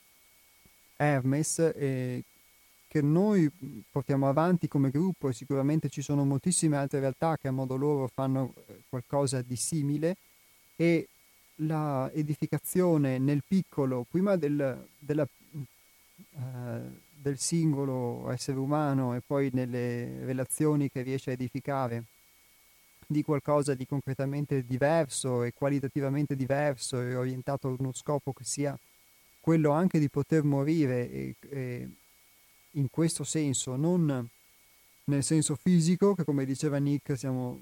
Hermes, e che noi portiamo avanti come gruppo, e sicuramente ci sono moltissime altre realtà che a modo loro fanno qualcosa di simile, e la edificazione nel piccolo, prima del, della, eh, del singolo essere umano, e poi nelle relazioni che riesce a edificare, di qualcosa di concretamente diverso e qualitativamente diverso, e orientato a uno scopo che sia quello anche di poter morire, e, e in questo senso, non nel senso fisico, che come diceva Nick, siamo,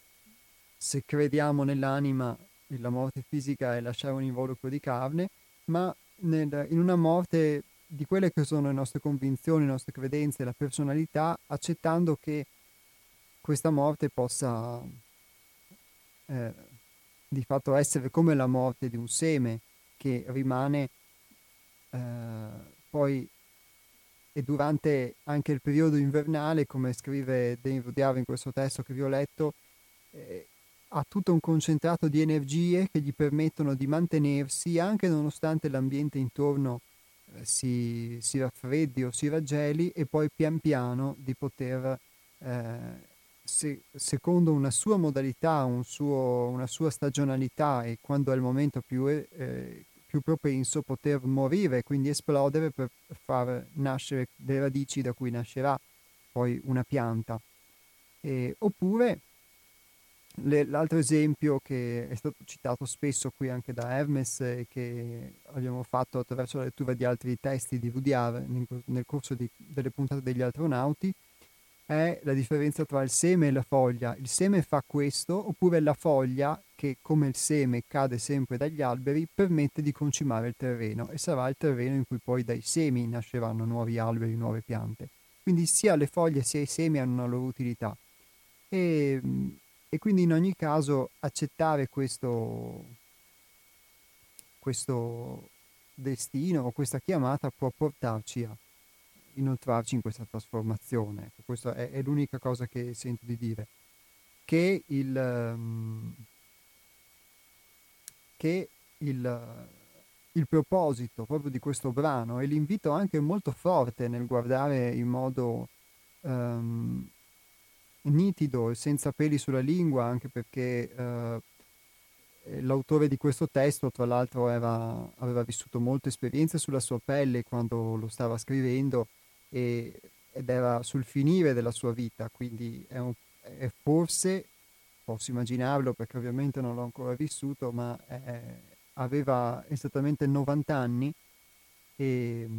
se crediamo nell'anima, la morte fisica è lasciare un involucro di carne, ma nel, in una morte di quelle che sono le nostre convinzioni, le nostre credenze, la personalità, accettando che questa morte possa eh, di fatto essere come la morte di un seme che rimane eh, poi, e durante anche il periodo invernale, come scrive Dane Rudhyar in questo testo che vi ho letto, eh, ha tutto un concentrato di energie che gli permettono di mantenersi anche nonostante l'ambiente intorno eh, si, si raffreddi o si raggeli, e poi pian piano di poter eh, se, secondo una sua modalità, un suo, una sua stagionalità, e quando è il momento più, eh, più propenso, poter morire, quindi esplodere per far nascere le radici da cui nascerà poi una pianta. E, oppure le, l'altro esempio che è stato citato spesso qui anche da Hermes, e che abbiamo fatto attraverso la lettura di altri testi di Rudhyar nel, nel corso di, delle puntate degli Altronauti, è la differenza tra il seme e la foglia. Il seme fa questo, oppure la foglia, che come il seme cade sempre dagli alberi, permette di concimare il terreno, e sarà il terreno in cui poi dai semi nasceranno nuovi alberi, nuove piante. Quindi sia le foglie sia i semi hanno una loro utilità. E, e quindi in ogni caso accettare questo, questo destino o questa chiamata può portarci a inoltrarci in questa trasformazione. Ecco, questa è, è l'unica cosa che sento di dire. Che il, um, che il, il proposito proprio di questo brano, e l'invito anche molto forte nel guardare in modo um, nitido e senza peli sulla lingua, anche perché uh, l'autore di questo testo, tra l'altro, era, aveva vissuto molte esperienze sulla sua pelle quando lo stava scrivendo, e, ed era sul finire della sua vita, quindi è, un, è forse, posso immaginarlo perché ovviamente non l'ho ancora vissuto, ma è, aveva esattamente novanta anni e,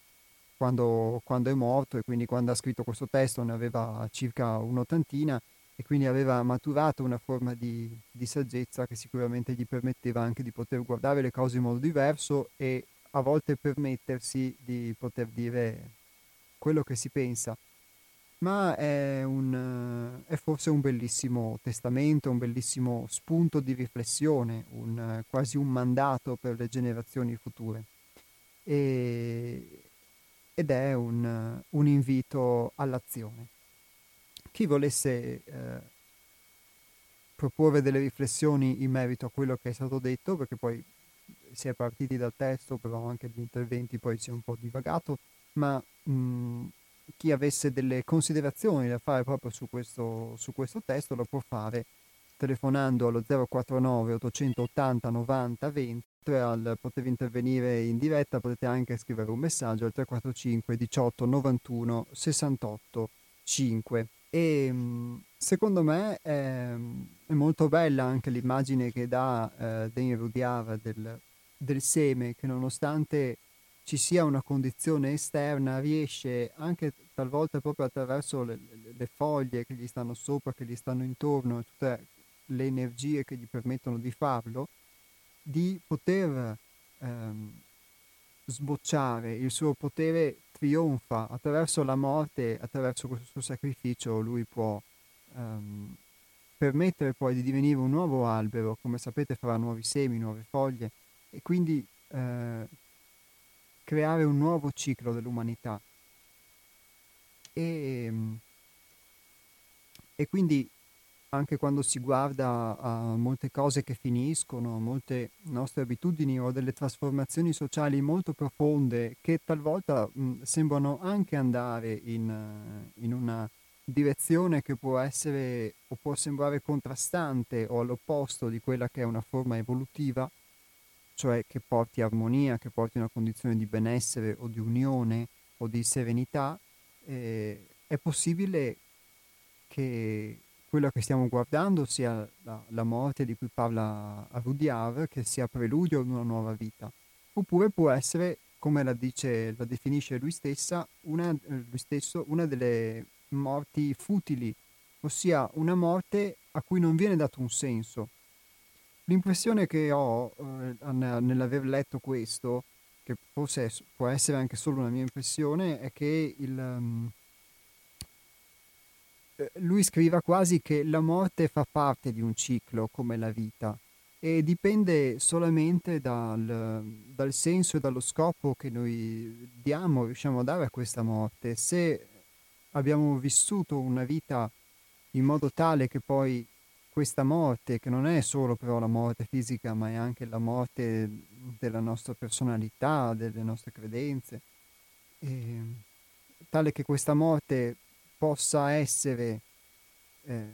quando, quando è morto, e quindi quando ha scritto questo testo ne aveva circa un'ottantina, e quindi aveva maturato una forma di, di saggezza che sicuramente gli permetteva anche di poter guardare le cose in modo diverso e a volte permettersi di poter dire quello che si pensa. Ma è, un, eh, è forse un bellissimo testamento, un bellissimo spunto di riflessione, un, eh, quasi un mandato per le generazioni future. E, ed è un, eh, un invito all'azione. Chi volesse eh, proporre delle riflessioni in merito a quello che è stato detto, perché poi si è partiti dal testo, però anche gli interventi poi si è un po' divagato, ma mh, chi avesse delle considerazioni da fare proprio su questo, su questo testo lo può fare telefonando allo zero quattro nove ottocentottanta novanta venti. Al poter intervenire in diretta potete anche scrivere un messaggio al tre quattro cinque diciotto novantuno sessantotto cinque. E mh, secondo me è, è molto bella anche l'immagine che dà eh, Dane Rudyard del, del seme, che nonostante ci sia una condizione esterna riesce anche talvolta proprio attraverso le, le- le foglie che gli stanno sopra, che gli stanno intorno, e tutte le energie che gli permettono di farlo, di poter ehm, sbocciare. Il suo potere trionfa attraverso la morte, attraverso questo suo sacrificio lui può ehm, permettere poi di divenire un nuovo albero, come sapete farà nuovi semi, nuove foglie, e quindi eh, creare un nuovo ciclo dell'umanità. E, e quindi anche quando si guarda a molte cose che finiscono, molte nostre abitudini o delle trasformazioni sociali molto profonde che talvolta mh, sembrano anche andare in, eh, in una direzione che può essere o può sembrare contrastante o all'opposto di quella che è una forma evolutiva, cioè che porti armonia, che porti una condizione di benessere o di unione o di serenità, eh, è possibile che quello che stiamo guardando sia la, la morte di cui parla Rudyard, che sia preludio ad una nuova vita. Oppure può essere, come la dice, la definisce lui stessa, una, eh, lui stesso, una delle morti futili, ossia una morte a cui non viene dato un senso. L'impressione che ho eh, nell'aver letto questo, che forse può essere anche solo una mia impressione, è che il, um, lui scriva quasi che la morte fa parte di un ciclo come la vita e dipende solamente dal, dal senso e dallo scopo che noi diamo, riusciamo a dare a questa morte. Se abbiamo vissuto una vita in modo tale che poi questa morte, che non è solo però la morte fisica, ma è anche la morte della nostra personalità, delle nostre credenze, e tale che questa morte possa essere eh,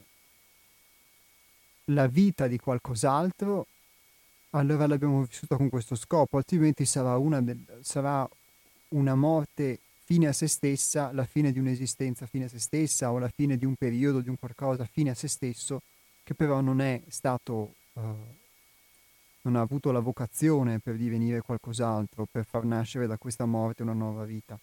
la vita di qualcos'altro, allora l'abbiamo vissuta con questo scopo, altrimenti sarà una, del, sarà una morte fine a se stessa, la fine di un'esistenza fine a se stessa o la fine di un periodo, di un qualcosa fine a se stesso, che però non è stato, uh, non ha avuto la vocazione per divenire qualcos'altro, per far nascere da questa morte una nuova vita.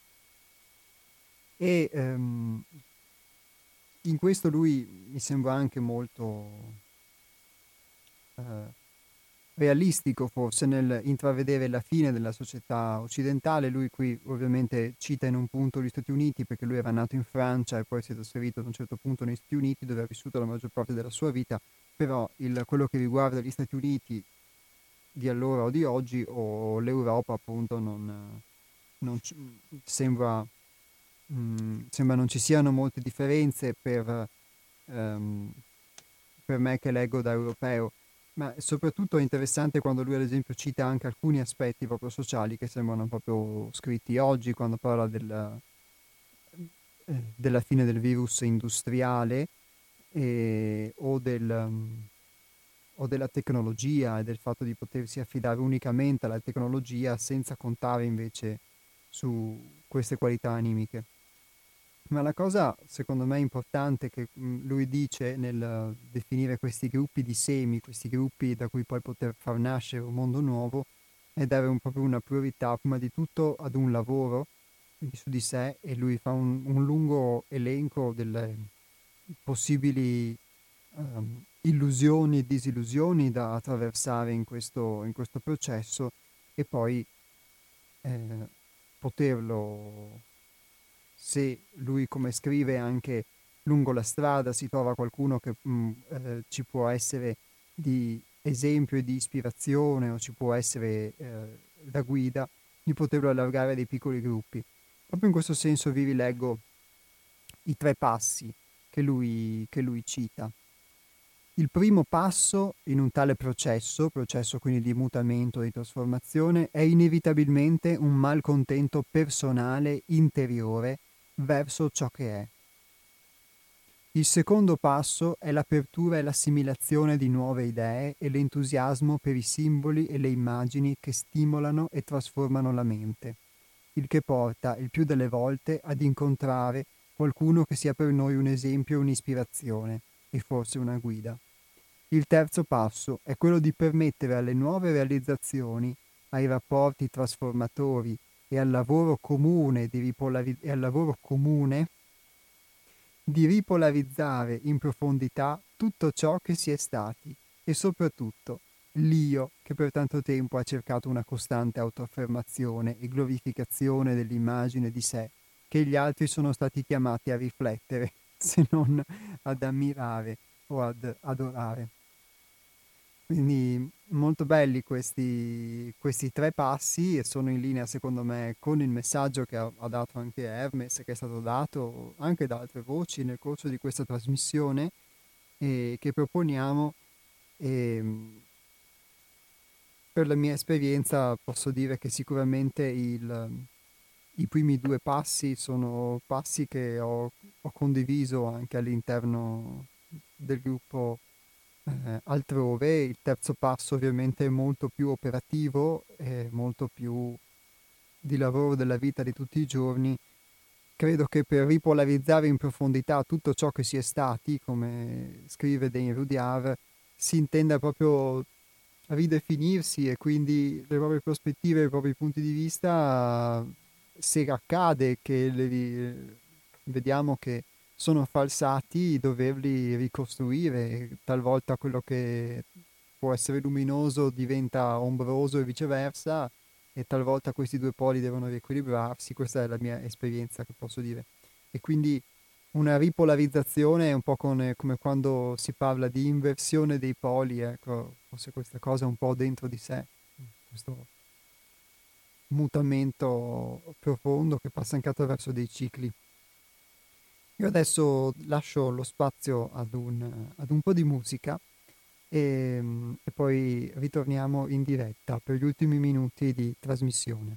E um, in questo lui mi sembra anche molto uh, realistico forse nel intravedere la fine della società occidentale. Lui qui ovviamente cita in un punto gli Stati Uniti perché lui era nato in Francia e poi si è trasferito ad un certo punto negli Stati Uniti dove ha vissuto la maggior parte della sua vita, però il, quello che riguarda gli Stati Uniti di allora o di oggi o l'Europa appunto non, non c- sembra, mh, sembra non ci siano molte differenze per, ehm, per me che leggo da europeo. Ma soprattutto è interessante quando lui ad esempio cita anche alcuni aspetti proprio sociali che sembrano proprio scritti oggi, quando parla del, eh, della fine del virus industriale e, o, del, um, o della tecnologia e del fatto di potersi affidare unicamente alla tecnologia senza contare invece su queste qualità animiche. Ma la cosa secondo me importante che mh, lui dice nel uh, definire questi gruppi di semi, questi gruppi da cui poi poter far nascere un mondo nuovo, è dare un, proprio una priorità prima di tutto ad un lavoro, quindi su di sé, e lui fa un, un lungo elenco delle possibili ehm, illusioni e disillusioni da attraversare in questo, in questo processo e poi eh, poterlo, se lui come scrive anche lungo la strada si trova qualcuno che mh, eh, ci può essere di esempio e di ispirazione o ci può essere eh, da guida, di poterlo allargare a dei piccoli gruppi. Proprio in questo senso vi rileggo i tre passi che lui, che lui cita. Il primo passo in un tale processo, processo quindi di mutamento, di trasformazione, è inevitabilmente un malcontento personale interiore verso ciò che è. Il secondo passo è l'apertura e l'assimilazione di nuove idee e l'entusiasmo per i simboli e le immagini che stimolano e trasformano la mente, il che porta il più delle volte ad incontrare qualcuno che sia per noi un esempio e un'ispirazione, e forse una guida. Il terzo passo è quello di permettere alle nuove realizzazioni, ai rapporti trasformatori e al lavoro comune di, ripolari- e al lavoro comune di ripolarizzare in profondità tutto ciò che si è stati e soprattutto l'io che per tanto tempo ha cercato una costante autoaffermazione e glorificazione dell'immagine di sé che gli altri sono stati chiamati a riflettere, se non ad ammirare o ad adorare. Quindi molto belli questi, questi tre passi e sono in linea secondo me con il messaggio che ha, ha dato anche Hermes, che è stato dato anche da altre voci nel corso di questa trasmissione e che proponiamo. E, per la mia esperienza posso dire che sicuramente il, i primi due passi sono passi che ho, ho condiviso anche all'interno del gruppo eh, altrove. Il terzo passo ovviamente è molto più operativo, è molto più di lavoro della vita di tutti i giorni. Credo che per ripolarizzare in profondità tutto ciò che si è stati, come scrive Dane Rudyard, si intenda proprio ridefinirsi e quindi le proprie prospettive, i propri punti di vista, se accade che le, vediamo che sono falsati, doverli ricostruire, talvolta quello che può essere luminoso diventa ombroso e viceversa, e talvolta questi due poli devono riequilibrarsi. Questa è la mia esperienza che posso dire. E quindi una ripolarizzazione è un po' come, come quando si parla di inversione dei poli, ecco, forse questa cosa è un po' dentro di sé, questo mutamento profondo che passa anche attraverso dei cicli. Io adesso lascio lo spazio ad un, ad un po' di musica e, e poi ritorniamo in diretta per gli ultimi minuti di trasmissione.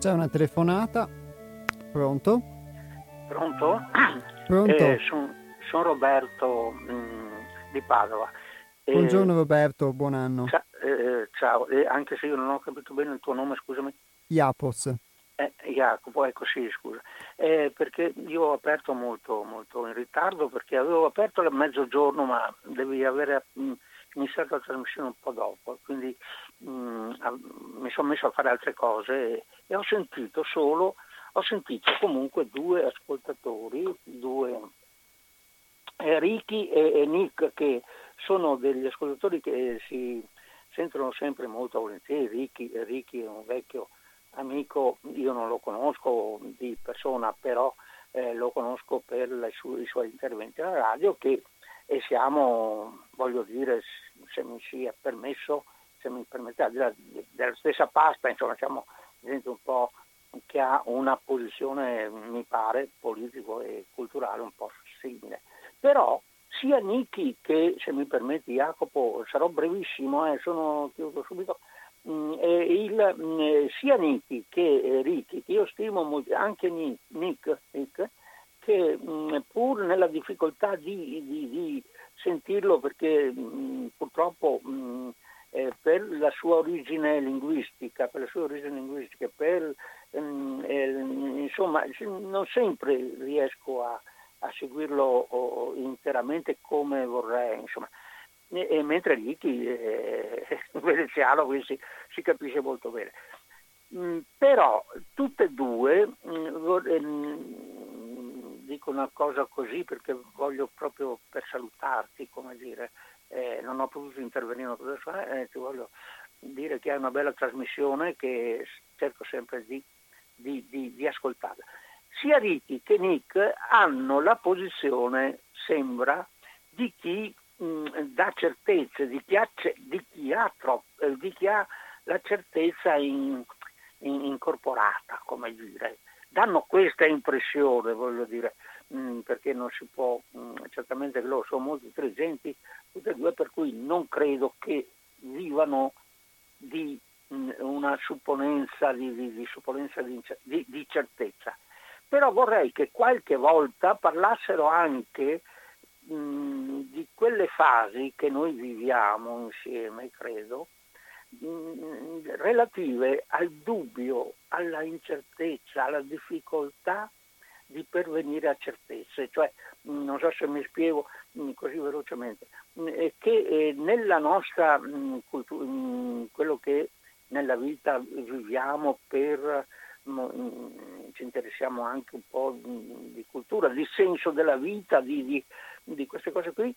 C'è una telefonata. Pronto? Pronto? Pronto? Eh, Sono son Roberto mh, di Padova. Eh, Buongiorno Roberto, buon anno. Ciao, eh, ciao. Eh, anche se io non ho capito bene il tuo nome, scusami. Iapos. Eh, Jacopo, ecco sì, scusa. Eh, perché io ho aperto molto, molto in ritardo, perché avevo aperto a mezzogiorno, ma devi avere mh, iniziato la trasmissione un po' dopo, quindi mh, a, mi sono messo a fare altre cose e, e ho sentito solo, ho sentito comunque due ascoltatori, due eh, Ricky e, e Nick, che sono degli ascoltatori che si sentono sempre molto volentieri. Ricky, Ricky è un vecchio amico, io non lo conosco di persona, però eh, lo conosco per le su- i suoi interventi alla radio, che e siamo, voglio dire, se mi sia permesso, se mi permettete, della, della stessa pasta, insomma siamo gente un po' che ha una posizione, mi pare, politico e culturale un po' simile. Però sia Nicky che, se mi permetti Jacopo, sarò brevissimo, eh, sono chiuso subito, Mm, eh, il, mm, eh, sia Nicky che eh, Ricky, che io stimo molto, anche Nick, Nick, Nick che mh, pur nella difficoltà di, di, di sentirlo, perché mh, purtroppo mh, eh, per la sua origine linguistica, per le sue origini linguistiche, per, mh, eh, insomma, non sempre riesco a, a seguirlo oh, interamente come vorrei, insomma. E, e mentre Ricky è veneziano, quindi si, si capisce molto bene. Mm, però tutte e due, mm, vor- mm, dico una cosa così perché voglio proprio per salutarti, come dire, eh, non ho potuto intervenire una cosa fa, eh, ti voglio dire che è una bella trasmissione che cerco sempre di, di, di, di ascoltarla. Sia Ricky che Nick hanno la posizione, sembra, di chi mh, dà certezze, di chi ha, di chi ha, troppo, eh, di chi ha la certezza in, in, incorporata, come dire. Danno questa impressione, voglio dire, mh, perché non si può, mh, certamente loro sono molto intelligenti, tutte e due, per cui non credo che vivano di mh, una supponenza, di, di, di, supponenza di, di, di certezza. Però vorrei che qualche volta parlassero anche mh, di quelle fasi che noi viviamo insieme, credo, mh, relative al dubbio, alla incertezza, alla difficoltà di pervenire a certezze. Cioè, mh, non so se mi spiego mh, così velocemente, mh, che eh, nella nostra mh, cultura, mh, quello che nella vita viviamo per ci interessiamo anche un po' di cultura, di senso della vita, di, di, di queste cose qui.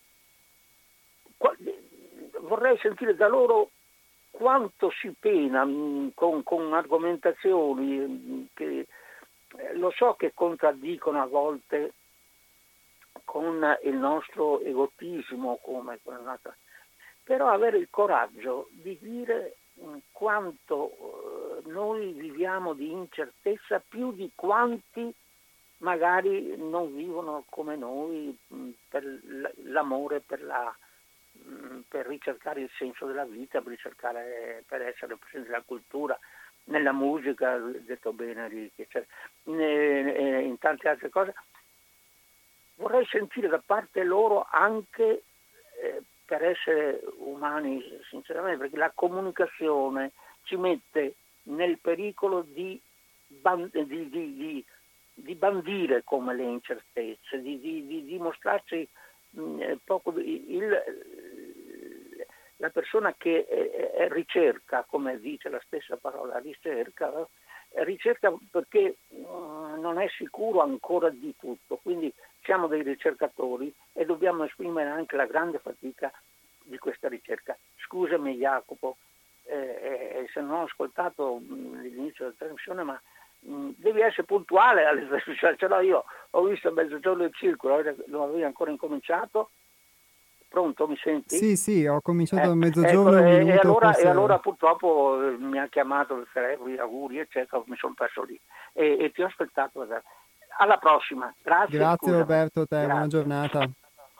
Vorrei sentire da loro quanto si pena mh, con, con argomentazioni mh, che eh, lo so che contraddicono a volte con il nostro egotismo, come però avere il coraggio di dire quanto noi viviamo di incertezza, più di quanti magari non vivono come noi per l'amore, per, la, per ricercare il senso della vita, per ricercare, per essere presenti nella cultura, nella musica, detto bene, cioè, in tante altre cose. Vorrei sentire da parte loro anche eh, per essere umani, sinceramente, perché la comunicazione ci mette nel pericolo di, ban- di, di, di, di bandire come le incertezze, di, di, di, di mostrarci mh, poco il, la persona che è, è ricerca, come dice la stessa parola, ricerca, ricerca perché mh, non è sicuro ancora di tutto, quindi siamo dei ricercatori e dobbiamo esprimere anche la grande fatica di questa ricerca. Scusami Jacopo, eh, eh, se non ho ascoltato mh, l'inizio della trasmissione, ma mh, devi essere puntuale alle trasmissioni, ce l'ho io, ho visto a mezzogiorno il circolo, non avevi ancora incominciato. Pronto, mi senti? Sì, sì, ho cominciato Eh, a mezzogiorno, ecco, un e, minuto, e, allora, forse... e allora purtroppo eh, mi ha chiamato il telefono, gli auguri, eccetera, mi sono perso lì e, e ti ho aspettato. Alla prossima, grazie. Grazie Scusami. Roberto, te, Grazie. buona giornata.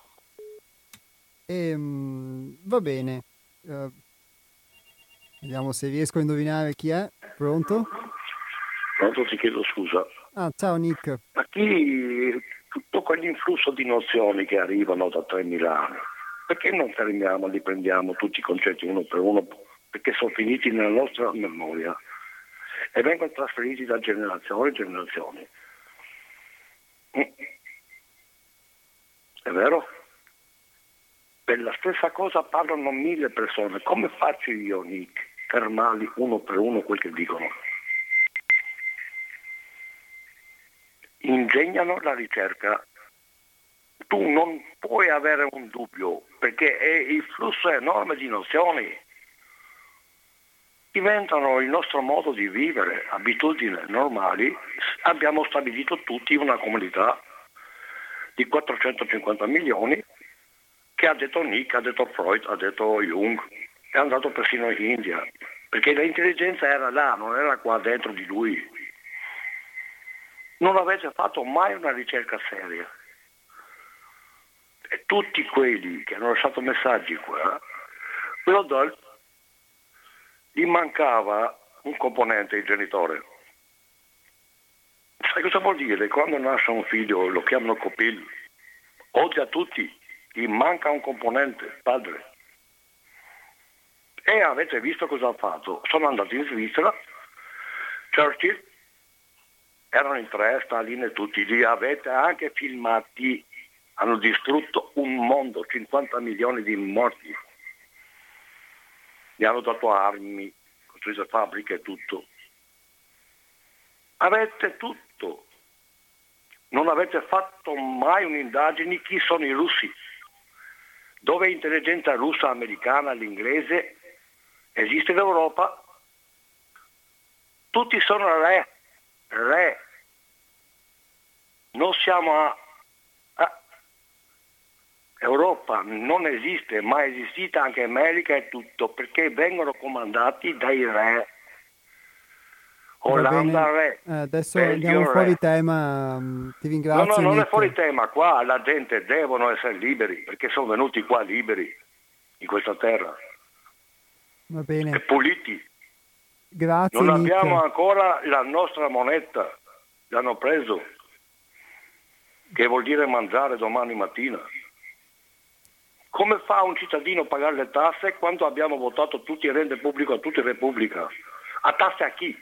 E, mh, va bene, uh, vediamo se riesco a indovinare chi è. Pronto? Pronto, ti chiedo scusa. Ah, ciao Nick. Ma chi, tutto quell'influsso di nozioni che arrivano da tremila anni, perché non fermiamo, li prendiamo tutti i concetti uno per uno, perché sono finiti nella nostra memoria e vengono trasferiti da generazione in generazione. È vero? Per la stessa cosa parlano mille persone. Come faccio io, Nick, fermarli uno per uno quel che dicono? Ingegnano la ricerca. Tu non puoi avere un dubbio, perché è il flusso enorme di nozioni diventano il nostro modo di vivere, abitudini normali. Abbiamo stabilito tutti una comunità di quattrocentocinquanta milioni che ha detto Nick, ha detto Freud, ha detto Jung, è andato persino in India, perché l'intelligenza era là, non era qua dentro di lui. Non avete fatto mai una ricerca seria. E tutti quelli che hanno lasciato messaggi qua, quello dal gli mancava un componente, il genitore. Sai cosa vuol dire? Quando nasce un figlio, lo chiamano copil, odia a tutti, gli manca un componente, padre. E avete visto cosa ha fatto? Sono andati in Svizzera, Churchill, erano in tre, Stalin e tutti, li avete anche filmati, hanno distrutto un mondo, cinquanta milioni di morti. Gli hanno dato armi, costruito fabbriche e tutto. Avete tutto. Non avete fatto mai un'indagine chi sono i russi. Dove è intelligenza russa, americana, l'inglese? Esiste l'Europa? Tutti sono re. Re. Non siamo a... a Europa non esiste, ma è esistita anche America e tutto, perché vengono comandati dai re. Olanda re. Eh, adesso Belgio andiamo fuori re. tema, um, ti ringrazio. No, no, non Nick. è fuori tema, qua la gente devono essere liberi, perché sono venuti qua liberi, in questa terra. Va bene. E puliti. Grazie Non Nick. abbiamo ancora la nostra moneta, l'hanno preso, che vuol dire mangiare domani mattina. Come fa un cittadino a pagare le tasse quando abbiamo votato tutti il rende pubblico a tutti Repubblica? A tasse a chi?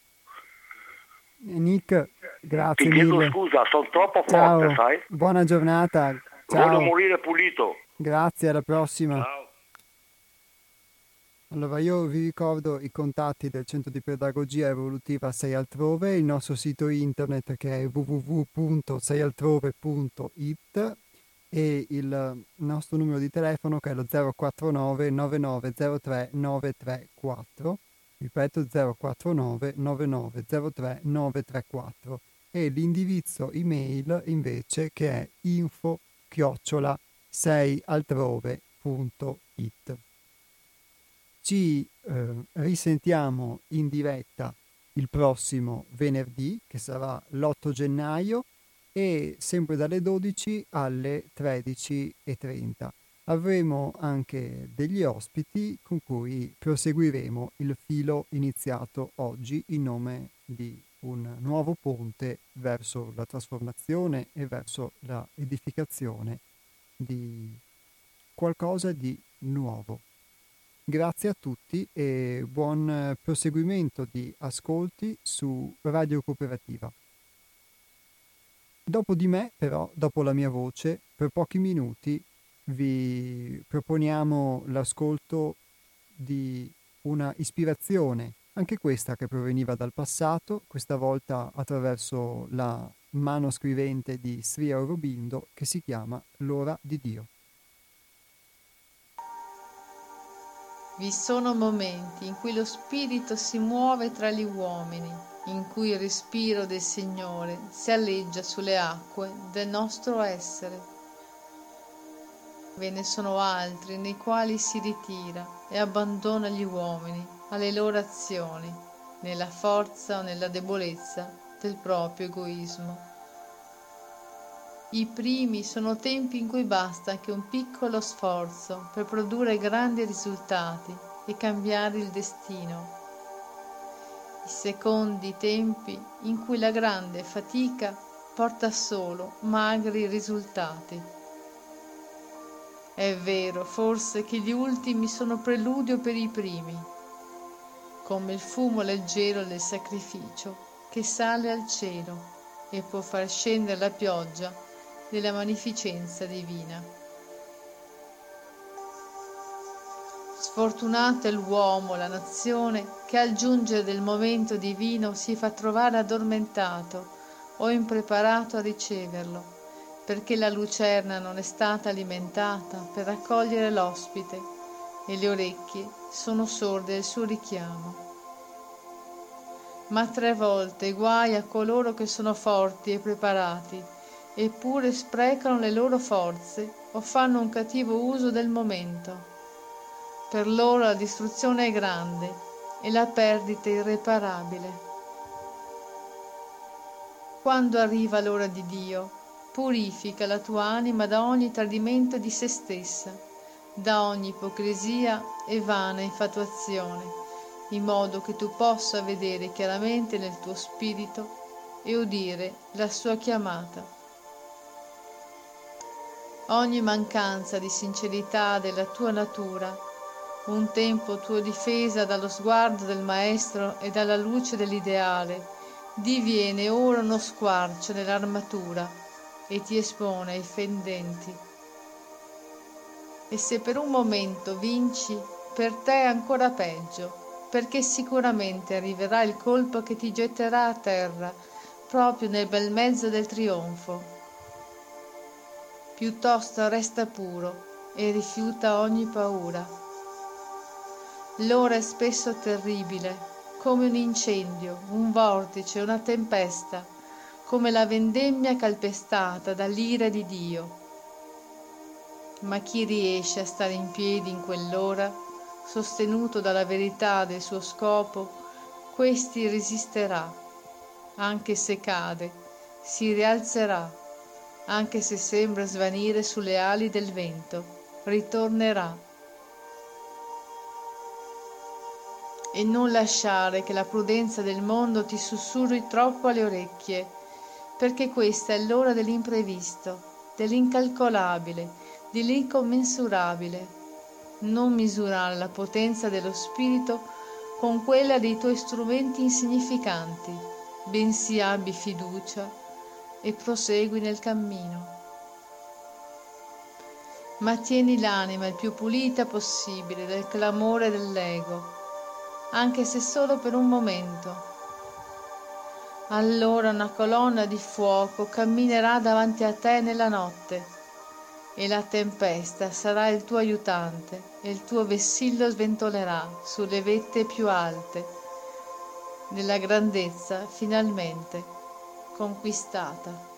Nick, grazie Ti chiedo mille. scusa, sono troppo Ciao. forte, sai? Buona giornata. Ciao. Voglio morire pulito. Grazie, alla prossima. Ciao. Allora, io vi ricordo i contatti del Centro di Pedagogia Evolutiva sei altrove, il nostro sito internet che è w w w punto sei altrove punto i t e il nostro numero di telefono che è lo zero quattro nove nove nove zero tre nove tre quattro, ripeto zero quattro nove nove nove zero tre nove tre quattro, e l'indirizzo email invece che è info chiocciola sei altrove punto i t. Ci eh, risentiamo in diretta il prossimo venerdì, che sarà l'otto gennaio, e sempre dalle dodici alle tredici e trenta. Avremo anche degli ospiti con cui proseguiremo il filo iniziato oggi in nome di un nuovo ponte verso la trasformazione e verso la edificazione di qualcosa di nuovo. Grazie a tutti e buon proseguimento di ascolti su Radio Cooperativa. Dopo di me, però, dopo la mia voce, per pochi minuti vi proponiamo l'ascolto di una ispirazione, anche questa che proveniva dal passato, questa volta attraverso la mano scrivente di Sri Aurobindo, che si chiama L'ora di Dio. Vi sono momenti in cui lo spirito si muove tra gli uomini, in cui il respiro del Signore si alleggia sulle acque del nostro essere. Ve ne sono altri nei quali si ritira e abbandona gli uomini alle loro azioni, nella forza o nella debolezza del proprio egoismo. I primi sono tempi in cui basta anche un piccolo sforzo per produrre grandi risultati e cambiare il destino. i secondi tempi in cui la grande fatica porta solo magri risultati. È vero, forse, che gli ultimi sono preludio per i primi, come il fumo leggero del sacrificio che sale al cielo e può far scendere la pioggia della magnificenza divina. Sfortunato è l'uomo, la nazione, che al giungere del momento divino si fa trovare addormentato o impreparato a riceverlo, perché la lucerna non è stata alimentata per accogliere l'ospite e le orecchie sono sorde al suo richiamo. Ma tre volte guai a coloro che sono forti e preparati, eppure sprecano le loro forze o fanno un cattivo uso del momento. Per loro la distruzione è grande e la perdita irreparabile. Quando arriva l'ora di Dio, purifica la tua anima da ogni tradimento di se stessa, da ogni ipocrisia e vana infatuazione, in modo che tu possa vedere chiaramente nel tuo spirito e udire la sua chiamata. Ogni mancanza di sincerità della tua natura, un tempo tua difesa dallo sguardo del Maestro e dalla luce dell'ideale, diviene ora uno squarcio nell'armatura e ti espone ai fendenti. E se per un momento vinci, per te è ancora peggio, perché sicuramente arriverà il colpo che ti getterà a terra, proprio nel bel mezzo del trionfo. Piuttosto resta puro e rifiuta ogni paura. L'ora è spesso terribile, come un incendio, un vortice, una tempesta, come la vendemmia calpestata dall'ira di Dio. Ma chi riesce a stare in piedi in quell'ora, sostenuto dalla verità del suo scopo, questi resisterà, anche se cade, si rialzerà, anche se sembra svanire sulle ali del vento, ritornerà. E non lasciare che la prudenza del mondo ti sussurri troppo alle orecchie, perché questa è l'ora dell'imprevisto, dell'incalcolabile, dell'incommensurabile. Non misurare la potenza dello spirito con quella dei tuoi strumenti insignificanti, bensì abbi fiducia e prosegui nel cammino. Ma tieni l'anima il più pulita possibile dal clamore dell'ego, anche se solo per un momento. Allora una colonna di fuoco camminerà davanti a te nella notte, e la tempesta sarà il tuo aiutante e il tuo vessillo sventolerà sulle vette più alte della grandezza finalmente conquistata.